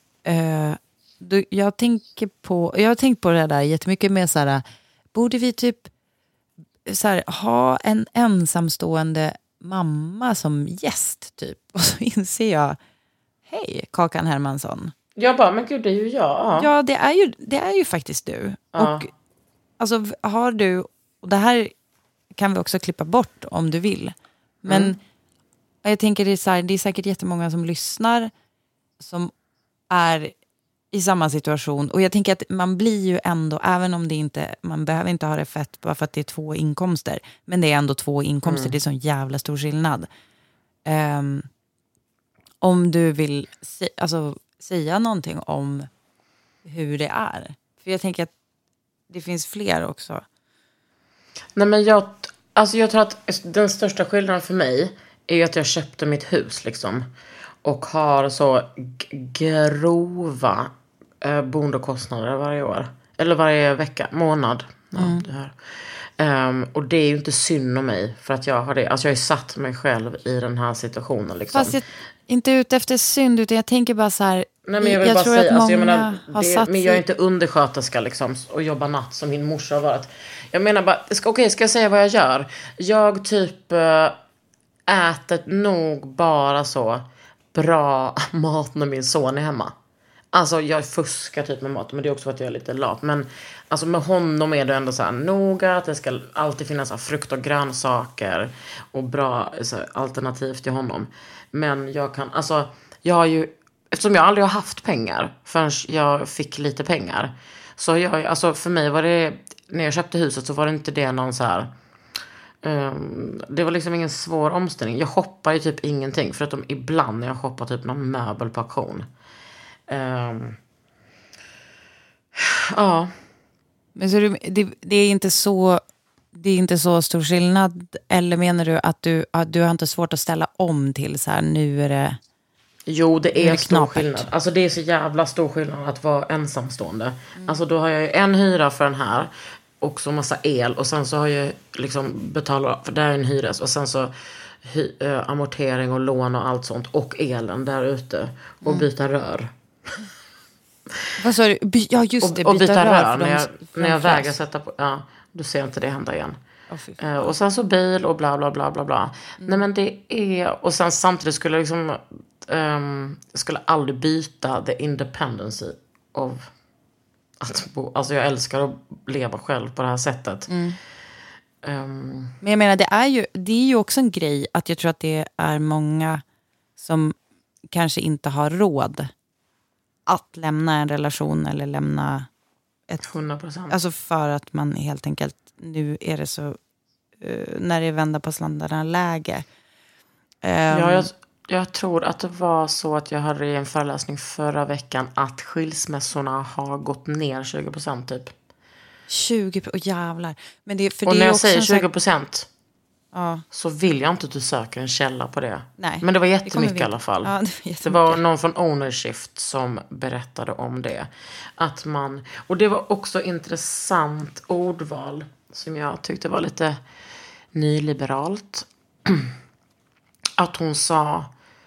jag har tänkt på det där jättemycket med så här, borde vi typ så här, ha en ensamstående mamma som gäst typ, och så inser jag, hej Kakan Hermansson. Jag bara, men gud, det är ju jag. Ja, det är ju faktiskt du. Och alltså har du, och det här kan vi också klippa bort om du vill. Men jag tänker det är säkert jättemånga som lyssnar som är i samma situation. Och jag tänker att man blir ju ändå, även om det inte, man behöver inte ha det fett bara för att det är 2 inkomster. Men det är ändå 2 inkomster, det är sån jävla stor skillnad. Om du vill säga någonting om hur det är. För jag tänker att det finns fler också. Nej, men jag tror att den största skillnaden för mig är ju att jag köpte mitt hus liksom. Och har så grova boendekostnader varje år. Eller varje vecka, månad. Ja, det här. Och det är ju inte synd om mig för att jag har det. Alltså jag har ju satt mig själv i den här situationen liksom. Fast jag inte ute efter synd, utan jag tänker bara så här. Nej, men jag vill bara säga, alltså, jag är inte undersköterska liksom, och jobbar natt som min morsa har varit. Jag menar bara, ska jag säga vad jag gör? Jag typ äter nog bara så bra mat när min son är hemma. Alltså jag fuskar typ med mat, men det är också för att jag är lite lat. Men alltså med honom är det ändå så här noga att det ska alltid finnas så här frukt och grönsaker och bra så här, alternativ till honom. Men jag kan, alltså jag har ju, eftersom jag aldrig har haft pengar förrän jag fick lite pengar. Så jag, alltså för mig var det, när jag köpte huset så var det inte det någon så här, det var liksom ingen svår omställning. Jag shoppar ju typ ingenting, förutom ibland när jag shoppar typ någon möbel på auktion. Ja. Men så det är inte så, det är inte så stor skillnad, eller menar du att du har inte svårt att ställa om till så här, nu är det... Jo, det är stor skillnad. Alltså det är så jävla stor skillnad att vara ensamstående. Alltså då har jag ju en hyra för den här och så massa el, och sen så har jag liksom betalat, för där är en hyres, och sen så amortering och lån och allt sånt, och elen där ute, och byta rör. Vad sa du? Ja, just det. Och byta rör när jag väger sätta på. Ja, du ser inte det hända igen. Och sen så bil och bla bla bla bla bla. Nej, men det är... Och sen samtidigt skulle jag liksom... jag skulle aldrig byta the independency av att bo. Alltså jag älskar att leva själv på det här sättet. Men jag menar, det är ju också en grej att jag tror att det är många som kanske inte har råd att lämna en relation eller lämna ett... 100%. Alltså för att man helt enkelt, nu är det så, när det är vända på slandarna läge. Jag tror att det var så att jag hade i en föreläsning förra veckan att skilsmässorna har gått ner 20% typ. 20%, jävlar. Men det, för och det när är jag också säger 20%, ja, så vill jag inte att du söker en källa på det. Nej, men det var jättemycket i alla fall. Ja, det var någon från Ownershift som berättade om det. Att man, och det var också intressant ordval som jag tyckte var lite nyliberalt. Att hon sa,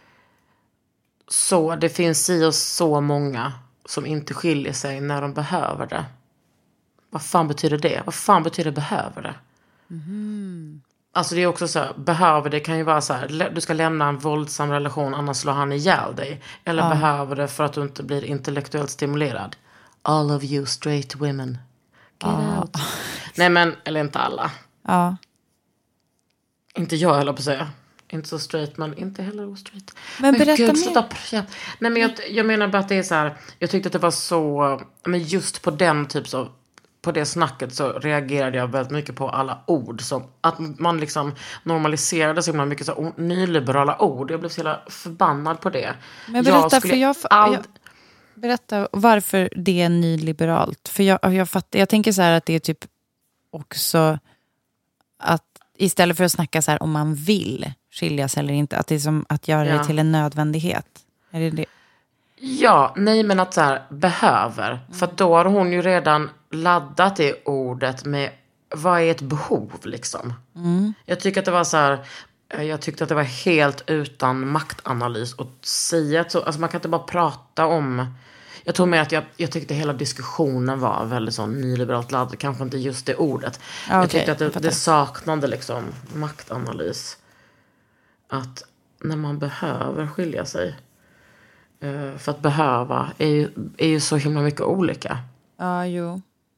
så det finns i oss så många som inte skiljer sig när de behöver det. Vad fan betyder det? Vad fan betyder behöver det? Alltså det är också så här, behöver det kan ju vara så här, du ska lämna en våldsam relation annars slår han ihjäl dig. Eller behöver det för att du inte blir intellektuellt stimulerad. All of you straight women. Get out. Nej men, eller inte alla. Ja. Inte jag heller på att säga. Inte så straight, men inte heller ostraight. Men berätta mer. Nej men jag menar bara att det är så här, jag tyckte att det var så, men just på den typ av, på det snacket så reagerade jag väldigt mycket på alla ord. Som att man liksom normaliserade så himla mycket så nyliberala ord. Jag blev så jävla förbannad på det. Men berätta, berätta varför det är nyliberalt. För jag fattar, jag tänker så här att det är typ också att istället för att snacka så här om man vill skiljas eller inte, att det är som att göra det till en nödvändighet. Är det det? Ja, nej men att så här, behöver. För då har hon ju redan laddat det ordet med vad är ett behov liksom. Jag tycker att det var så här, jag tyckte att det var helt utan maktanalys att säga så, alltså man kan inte bara prata om, jag tror mer att jag tyckte hela diskussionen var väldigt sån nyliberalt laddad, kanske inte just det ordet. Okay, jag tyckte att det saknade liksom maktanalys. Att när man behöver skilja sig, för att behöva är ju så himla mycket olika. Ja, jo.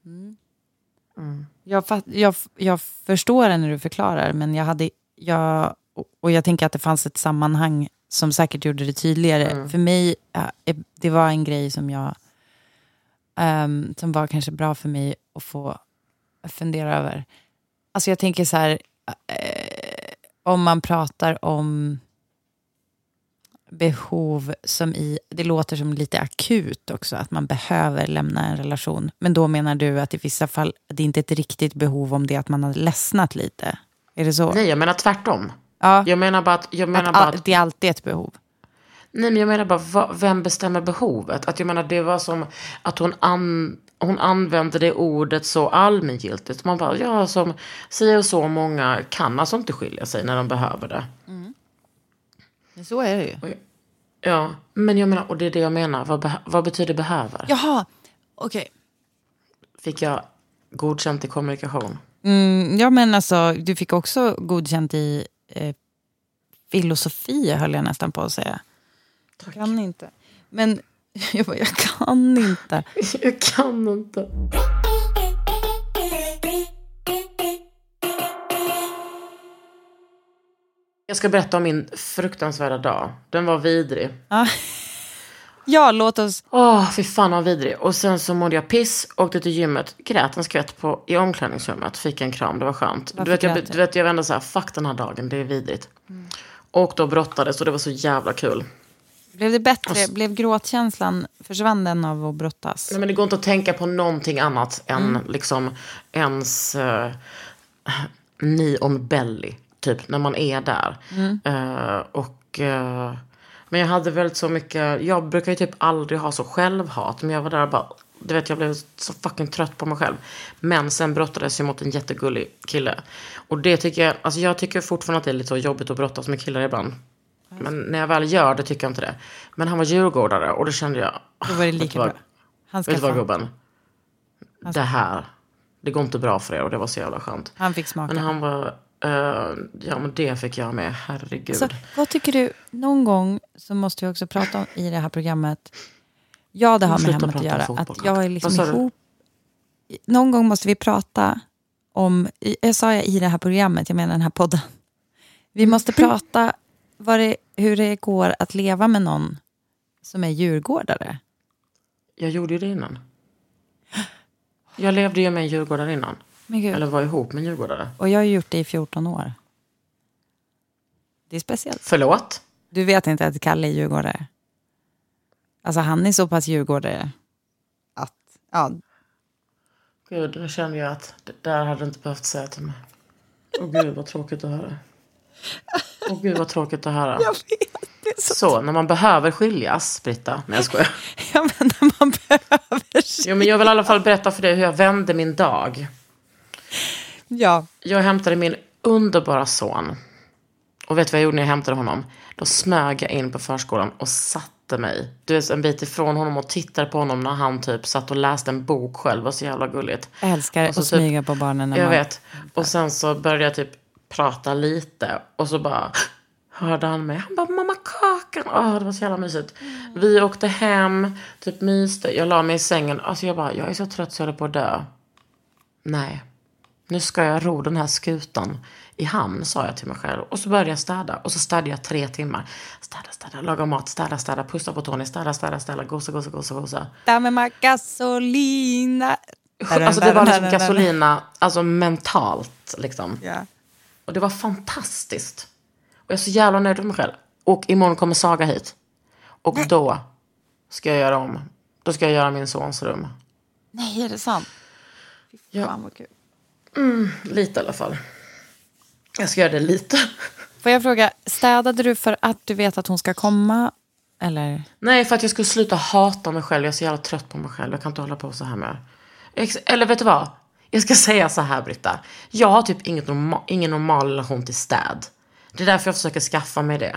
Jag förstår det när du förklarar, men jag tänker att det fanns ett sammanhang som säkert gjorde det tydligare. För mig, det var en grej som jag som var kanske bra för mig att få fundera över. Alltså jag tänker så här, om man pratar om behov som det låter som lite akut också, att man behöver lämna en relation. Men då menar du att i vissa fall det är inte ett riktigt behov om det att man har ledsnat lite. Är det så? Nej, jag menar tvärtom. Ja. Jag menar bara att det är alltid ett behov. Nej, men jag menar bara, vem bestämmer behovet? Att jag menar, det var som att hon använde det ordet så allmängiltigt. Man bara, ja, som säger så många kan alltså inte skilja sig när de behöver det. Men så är det ju. Ja, men jag menar, och det är det jag menar. Vad betyder behöver? Jaha, okej. Fick jag godkänt i kommunikation? Ja, men alltså, du fick också godkänt i filosofi, höll jag nästan på att säga. Tack. Kan inte. Men Jag bara, jag kan inte. Jag kan inte. Jag ska berätta om min fruktansvärda dag. Den var vidrig. Ja, låt oss. Fy fan vad vidrig. Och sen så mådde jag piss, åkte till gymmet, grät en skvätt i omklädningsrummet, fick en kram, det var skönt. Du vet, jag vände så här, fuck den här dagen, det är vidrigt. Och då brottades och det var så jävla kul. Blev det bättre? Blev gråtkänslan, försvann den av att brottas? Nej, men det går inte att tänka på någonting annat än liksom ens knee on belly, typ, när man är där. Men jag hade väldigt så mycket, jag brukar ju typ aldrig ha så självhat, men jag var där och bara, du vet, jag blev så fucking trött på mig själv. Men sen brottades jag mot en jättegullig kille. Och det tycker jag, alltså jag tycker fortfarande att det är lite så jobbigt att brottas med killar ibland. Men när jag väl gör det tycker jag inte det. Men han var djurgårdare och då kände jag, då var det lika bra. Vet du vad, gubben? Det går inte bra för er, och det var så jävla skönt. Han fick smaka. Men han var, ja, men det fick jag med, herregud. Alltså, vad tycker du, någon gång så måste vi också prata om i det här programmet. Ja, det har med hemmet att göra. Att jag är liksom ihop. Någon gång måste vi prata om, jag sa i det här programmet, jag menar den här podden. Vi måste prata hur det går att leva med någon som är djurgårdare. Jag gjorde ju det innan. Jag levde ju med en djurgårdare innan. Eller var ihop med en djurgårdare. Och jag har gjort det i 14 år. Det är speciellt. Förlåt? Du vet inte att Kalle är djurgårdare. Alltså han är så pass djurgårdare att, ja. Gud, nu känner jag att det där hade inte behövt säga till mig. Gud, vad tråkigt att höra. Gud, vad tråkigt att höra. Jag vet. Så, när man behöver skiljas, Britta. Nej, jag skojar. Ja, men när man behöver skiljas. Jo, men jag vill i alla fall berätta för dig hur jag vände min dag. Ja. Jag hämtade min underbara son. Och vet du vad jag gjorde när jag hämtade honom? Då smög jag in på förskolan och satte mig, du vet, en bit ifrån honom och tittade på honom när han typ satt och läste en bok själv. Det var så jävla gulligt. Jag älskar att smyga på barnen. Jag vet. Och sen så började jag typ prata lite. Och så bara hörde han mig. Han bara, mamma, kakan. Det var så jävla mysigt. Vi åkte hem, typ myste. Jag la mig i sängen. Alltså jag bara, jag är så trött så jag håller på att dö. Nej. Nu ska jag ro den här skutan i hamn, sa jag till mig själv. Och så började jag städa. Och så städade jag 3 timmar. Städa, laga mat, städa, pussa på Tony, städa, gosa. Där med gasolina. Alltså det var liksom gasolina, alltså mentalt liksom. Ja. Och det var fantastiskt. Och jag är så jävla nöjd med mig själv. Och imorgon kommer Saga hit. Och då ska jag göra om. Då ska jag göra min sons rum. Nej, är det sant? Fy fan vad kul. Lite i alla fall. Jag ska göra det lite. Får jag fråga, städade du för att du vet att hon ska komma? Eller? Nej, för att jag skulle sluta hata mig själv. Jag är så jävla trött på mig själv. Jag kan inte hålla på så här med. Eller vet du vad? Jag ska säga så här, Britta. Jag har typ ingen normal relation till städ. Det är därför jag försöker skaffa mig det.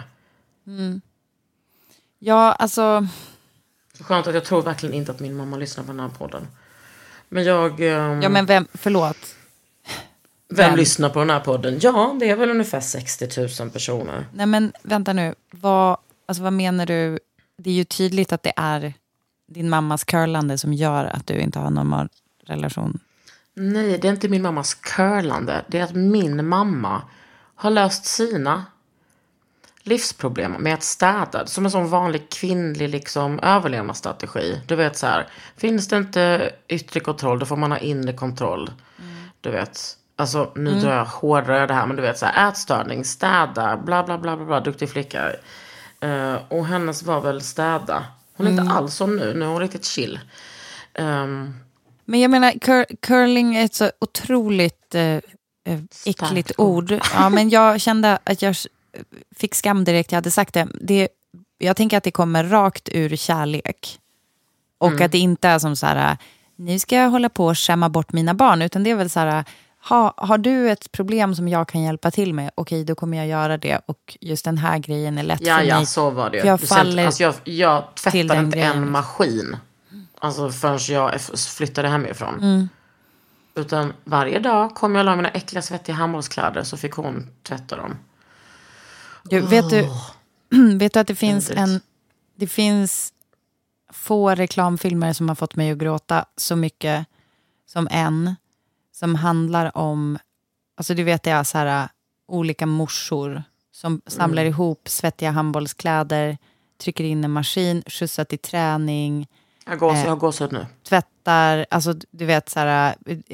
Ja, alltså... Så skönt att jag tror verkligen inte att min mamma lyssnar på den här podden. Men jag... Ja, men förlåt. Vem lyssnar på den här podden? Ja, det är väl ungefär 60 000 personer. Nej, men vänta nu. Vad menar du? Det är ju tydligt att det är din mammas curlande som gör att du inte har en normal relation. Nej, det är inte min mammas curlande. Det är att min mamma har löst sina livsproblem med att städa. Som en sån vanlig kvinnlig liksom överlevnadsstrategi. Du vet så här. Finns det inte yttre kontroll, då får man ha inre kontroll. Du vet. Alltså nu drar jag hårdare det här. Men du vet så här. Ätstörning, städa, bla bla bla bla. Duktig flicka. Och hennes var väl städa. Hon är inte alls som nu. Nu är hon riktigt chill. Men jag menar, curling är ett så otroligt äckligt ord. Ja, men jag kände att jag fick skam direkt. Jag hade sagt det. Jag tänker att det kommer rakt ur kärlek. Och att det inte är som så här, nu ska jag hålla på och skämma bort mina barn. Utan det är väl så här, har du ett problem som jag kan hjälpa till med? Okej, då kommer jag göra det. Och just den här grejen är lätt för mig. Ja, så var det. Jag tvättade inte en maskin. Alltså förrän jag flyttade hemifrån. Utan varje dag kom jag och la mina äckliga svettiga handbollskläder. Så fick hon tvätta dem. Vet du att det finns få reklamfilmer som har fått mig att gråta så mycket som en som handlar om, alltså du vet, det är så här olika morsor som samlar ihop svettiga handbollskläder, trycker in en maskin, skjutsar till träning. Jag har gåsat nu. Tvättar, alltså du vet så här,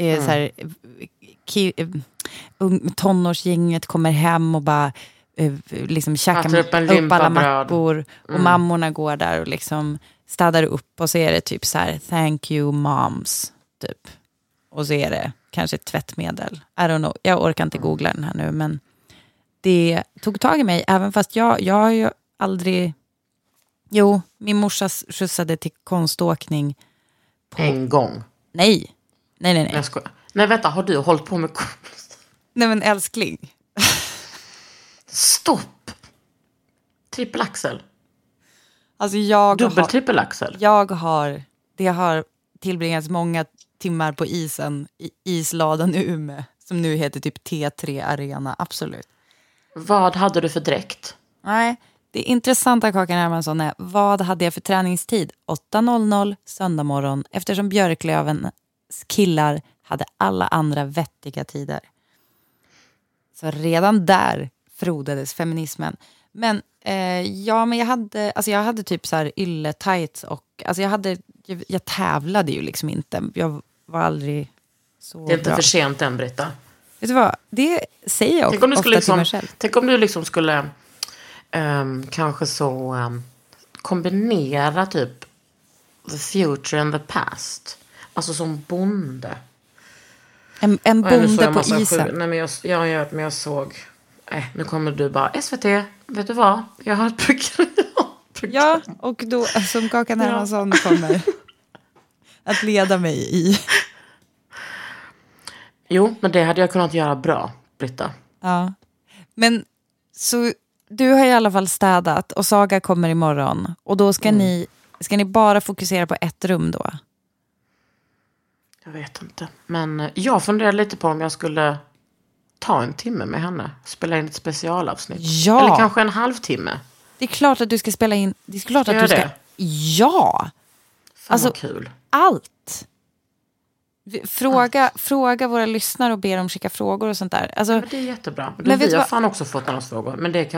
tonårsgänget kommer hem och bara liksom käkar upp alla mackor och mammorna går där och liksom städar upp och så är det typ så här thank you moms typ. Och så är det kanske tvättmedel. I don't know. Jag orkar inte googla den här nu, men det tog tag i mig även fast jag har ju aldrig. Jo, min morsa skjutsade till konståkning en gång. Nej. Nej, vänta, har du hållit på med konst? Nej, men älskling. Stopp. Trippelaxel. Alltså trippelaxel. Det har tillbringats många timmar på isen i isladan i Umeå som nu heter typ T3 Arena, absolut. Vad hade du för dräkt? Nej, det intressanta, Kakan Hermansson, är vad hade jag för träningstid? 8:00 söndag morgon, eftersom Björklövens killar hade alla andra vettiga tider. Så redan där frodades feminismen. Men men jag hade typ så här ylle-tights och alltså jag tävlade ju liksom inte. Jag var aldrig så Det är inte bra. för sent än, Britta. Vet du vad? Det säger jag ofta till mig själv. Tänk om du liksom skulle kanske så kombinera typ the future and the past. Alltså som bonde. En bonde på isen. Nej, men jag såg. Nu kommer du bara SVT. Vet du vad? Jag har ett program. Ja, och då som Kakan Hermansson kommer att leda mig i. Jo, men det hade jag kunnat göra bra, Britta. Ja, men så du har i alla fall städat och Saga kommer imorgon. Och då ska ni bara fokusera på ett rum då? Jag vet inte. Men jag funderar lite på om jag skulle ta en timme med henne. Spela in ett specialavsnitt. Ja. Eller kanske en halvtimme. Det är klart att du ska spela in. Det är klart att du ska. Det? Ja. Fan, alltså kul. Allt. Fråga våra lyssnare och be dem skicka frågor och sånt där. Alltså, men det är jättebra. Men vi har fan också fått några frågor. Men det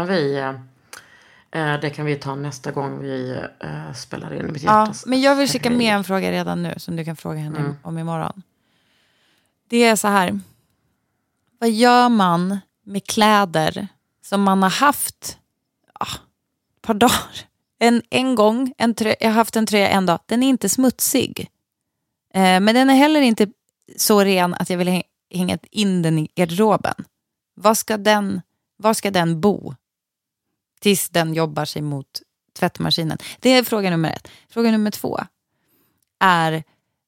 kan vi ta nästa gång vi spelar in i mitt hjärta. Ja, men jag vill skicka med en fråga redan nu som du kan fråga henne om imorgon. Det är så här. Vad gör man med kläder som man har haft ett par dagar? En gång, jag har haft en tröja en dag. Den är inte smutsig. Men den är heller inte så ren att jag vill hänga in den i garderoben. Var ska den bo? Tills den jobbar sig mot tvättmaskinen. Det är fråga nummer 1. Fråga nummer 2 är...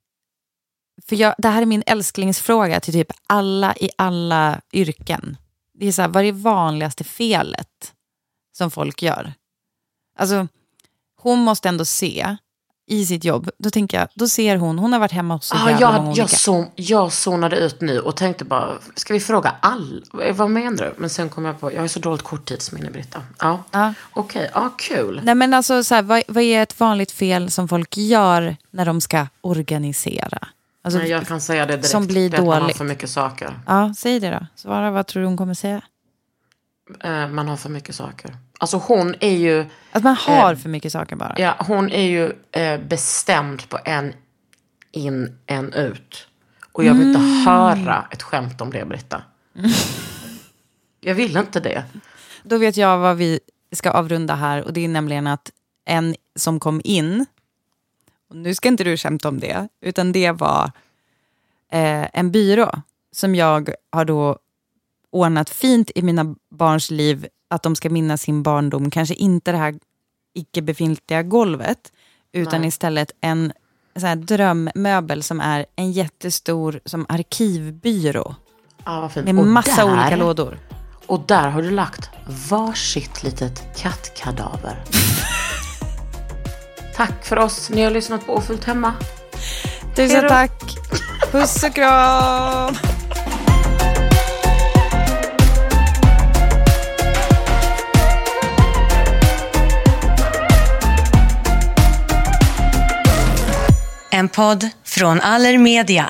det här är min älsklingsfråga till typ alla i alla yrken. Det är så här, vad är det vanligaste felet som folk gör? Alltså, hon måste ändå se i sitt jobb. Då tänker jag, då ser hon har varit hemma hos så jävla många olika. Jag zonade ut nu och tänkte bara, ska vi fråga vad menar du? Men sen kom jag på, jag har så dåligt korttidsminne, Britta. Ja. Okej, kul. Nej, men alltså så här, vad är ett vanligt fel som folk gör när de ska organisera? Alltså, nej, jag kan säga det direkt. Som blir dåligt. Man har för mycket saker. Ja, säg det då. Svara, vad tror du hon kommer säga? Man har för mycket saker. Alltså hon är ju... Att man har för mycket saker bara. Ja, hon är ju bestämd på en in, en ut. Och jag vill inte höra ett skämt om det, Britta. Jag vill inte det. Då vet jag vad vi ska avrunda här. Och det är nämligen att en som kom in... Och nu ska inte du skämta om det. Utan det var en byrå som jag har då ordnat fint i mina barns liv. Att de ska minnas sin barndom. Kanske inte det här icke-befintliga golvet. Utan istället en sån här drömmöbel som är en jättestor som arkivbyrå. Vad fint. Med massa olika lådor. Och där har du lagt varsitt litet kattkadaver. Tack för oss. Ni har lyssnat på Ofullt hemma. Tusen tack. Puss och kram. podd från Allermedia.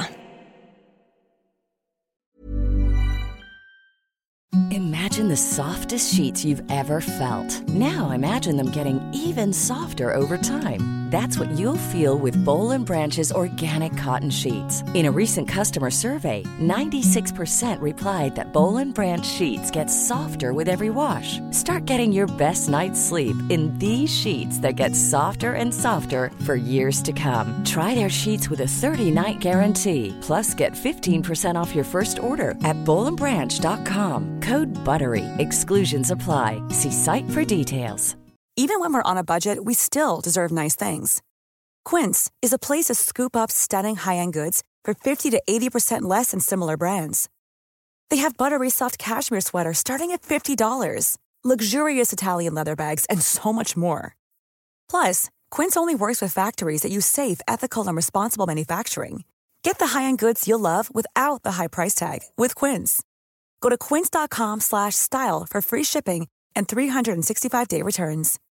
Imagine the softest sheets you've ever felt. Now imagine them getting even softer over time. That's what you'll feel with Boll & Branch's organic cotton sheets. In a recent customer survey, 96% replied that Boll & Branch sheets get softer with every wash. Start getting your best night's sleep in these sheets that get softer and softer for years to come. Try their sheets with a 30-night guarantee. Plus, get 15% off your first order at bollandbranch.com. Code BUTTERY. Exclusions apply. See site for details. Even when we're on a budget, we still deserve nice things. Quince is a place to scoop up stunning high-end goods for 50 to 80% less than similar brands. They have buttery soft cashmere sweaters starting at $50, luxurious Italian leather bags, and so much more. Plus, Quince only works with factories that use safe, ethical, and responsible manufacturing. Get the high-end goods you'll love without the high price tag with Quince. Go to quince.com/style for free shipping and 365-day returns.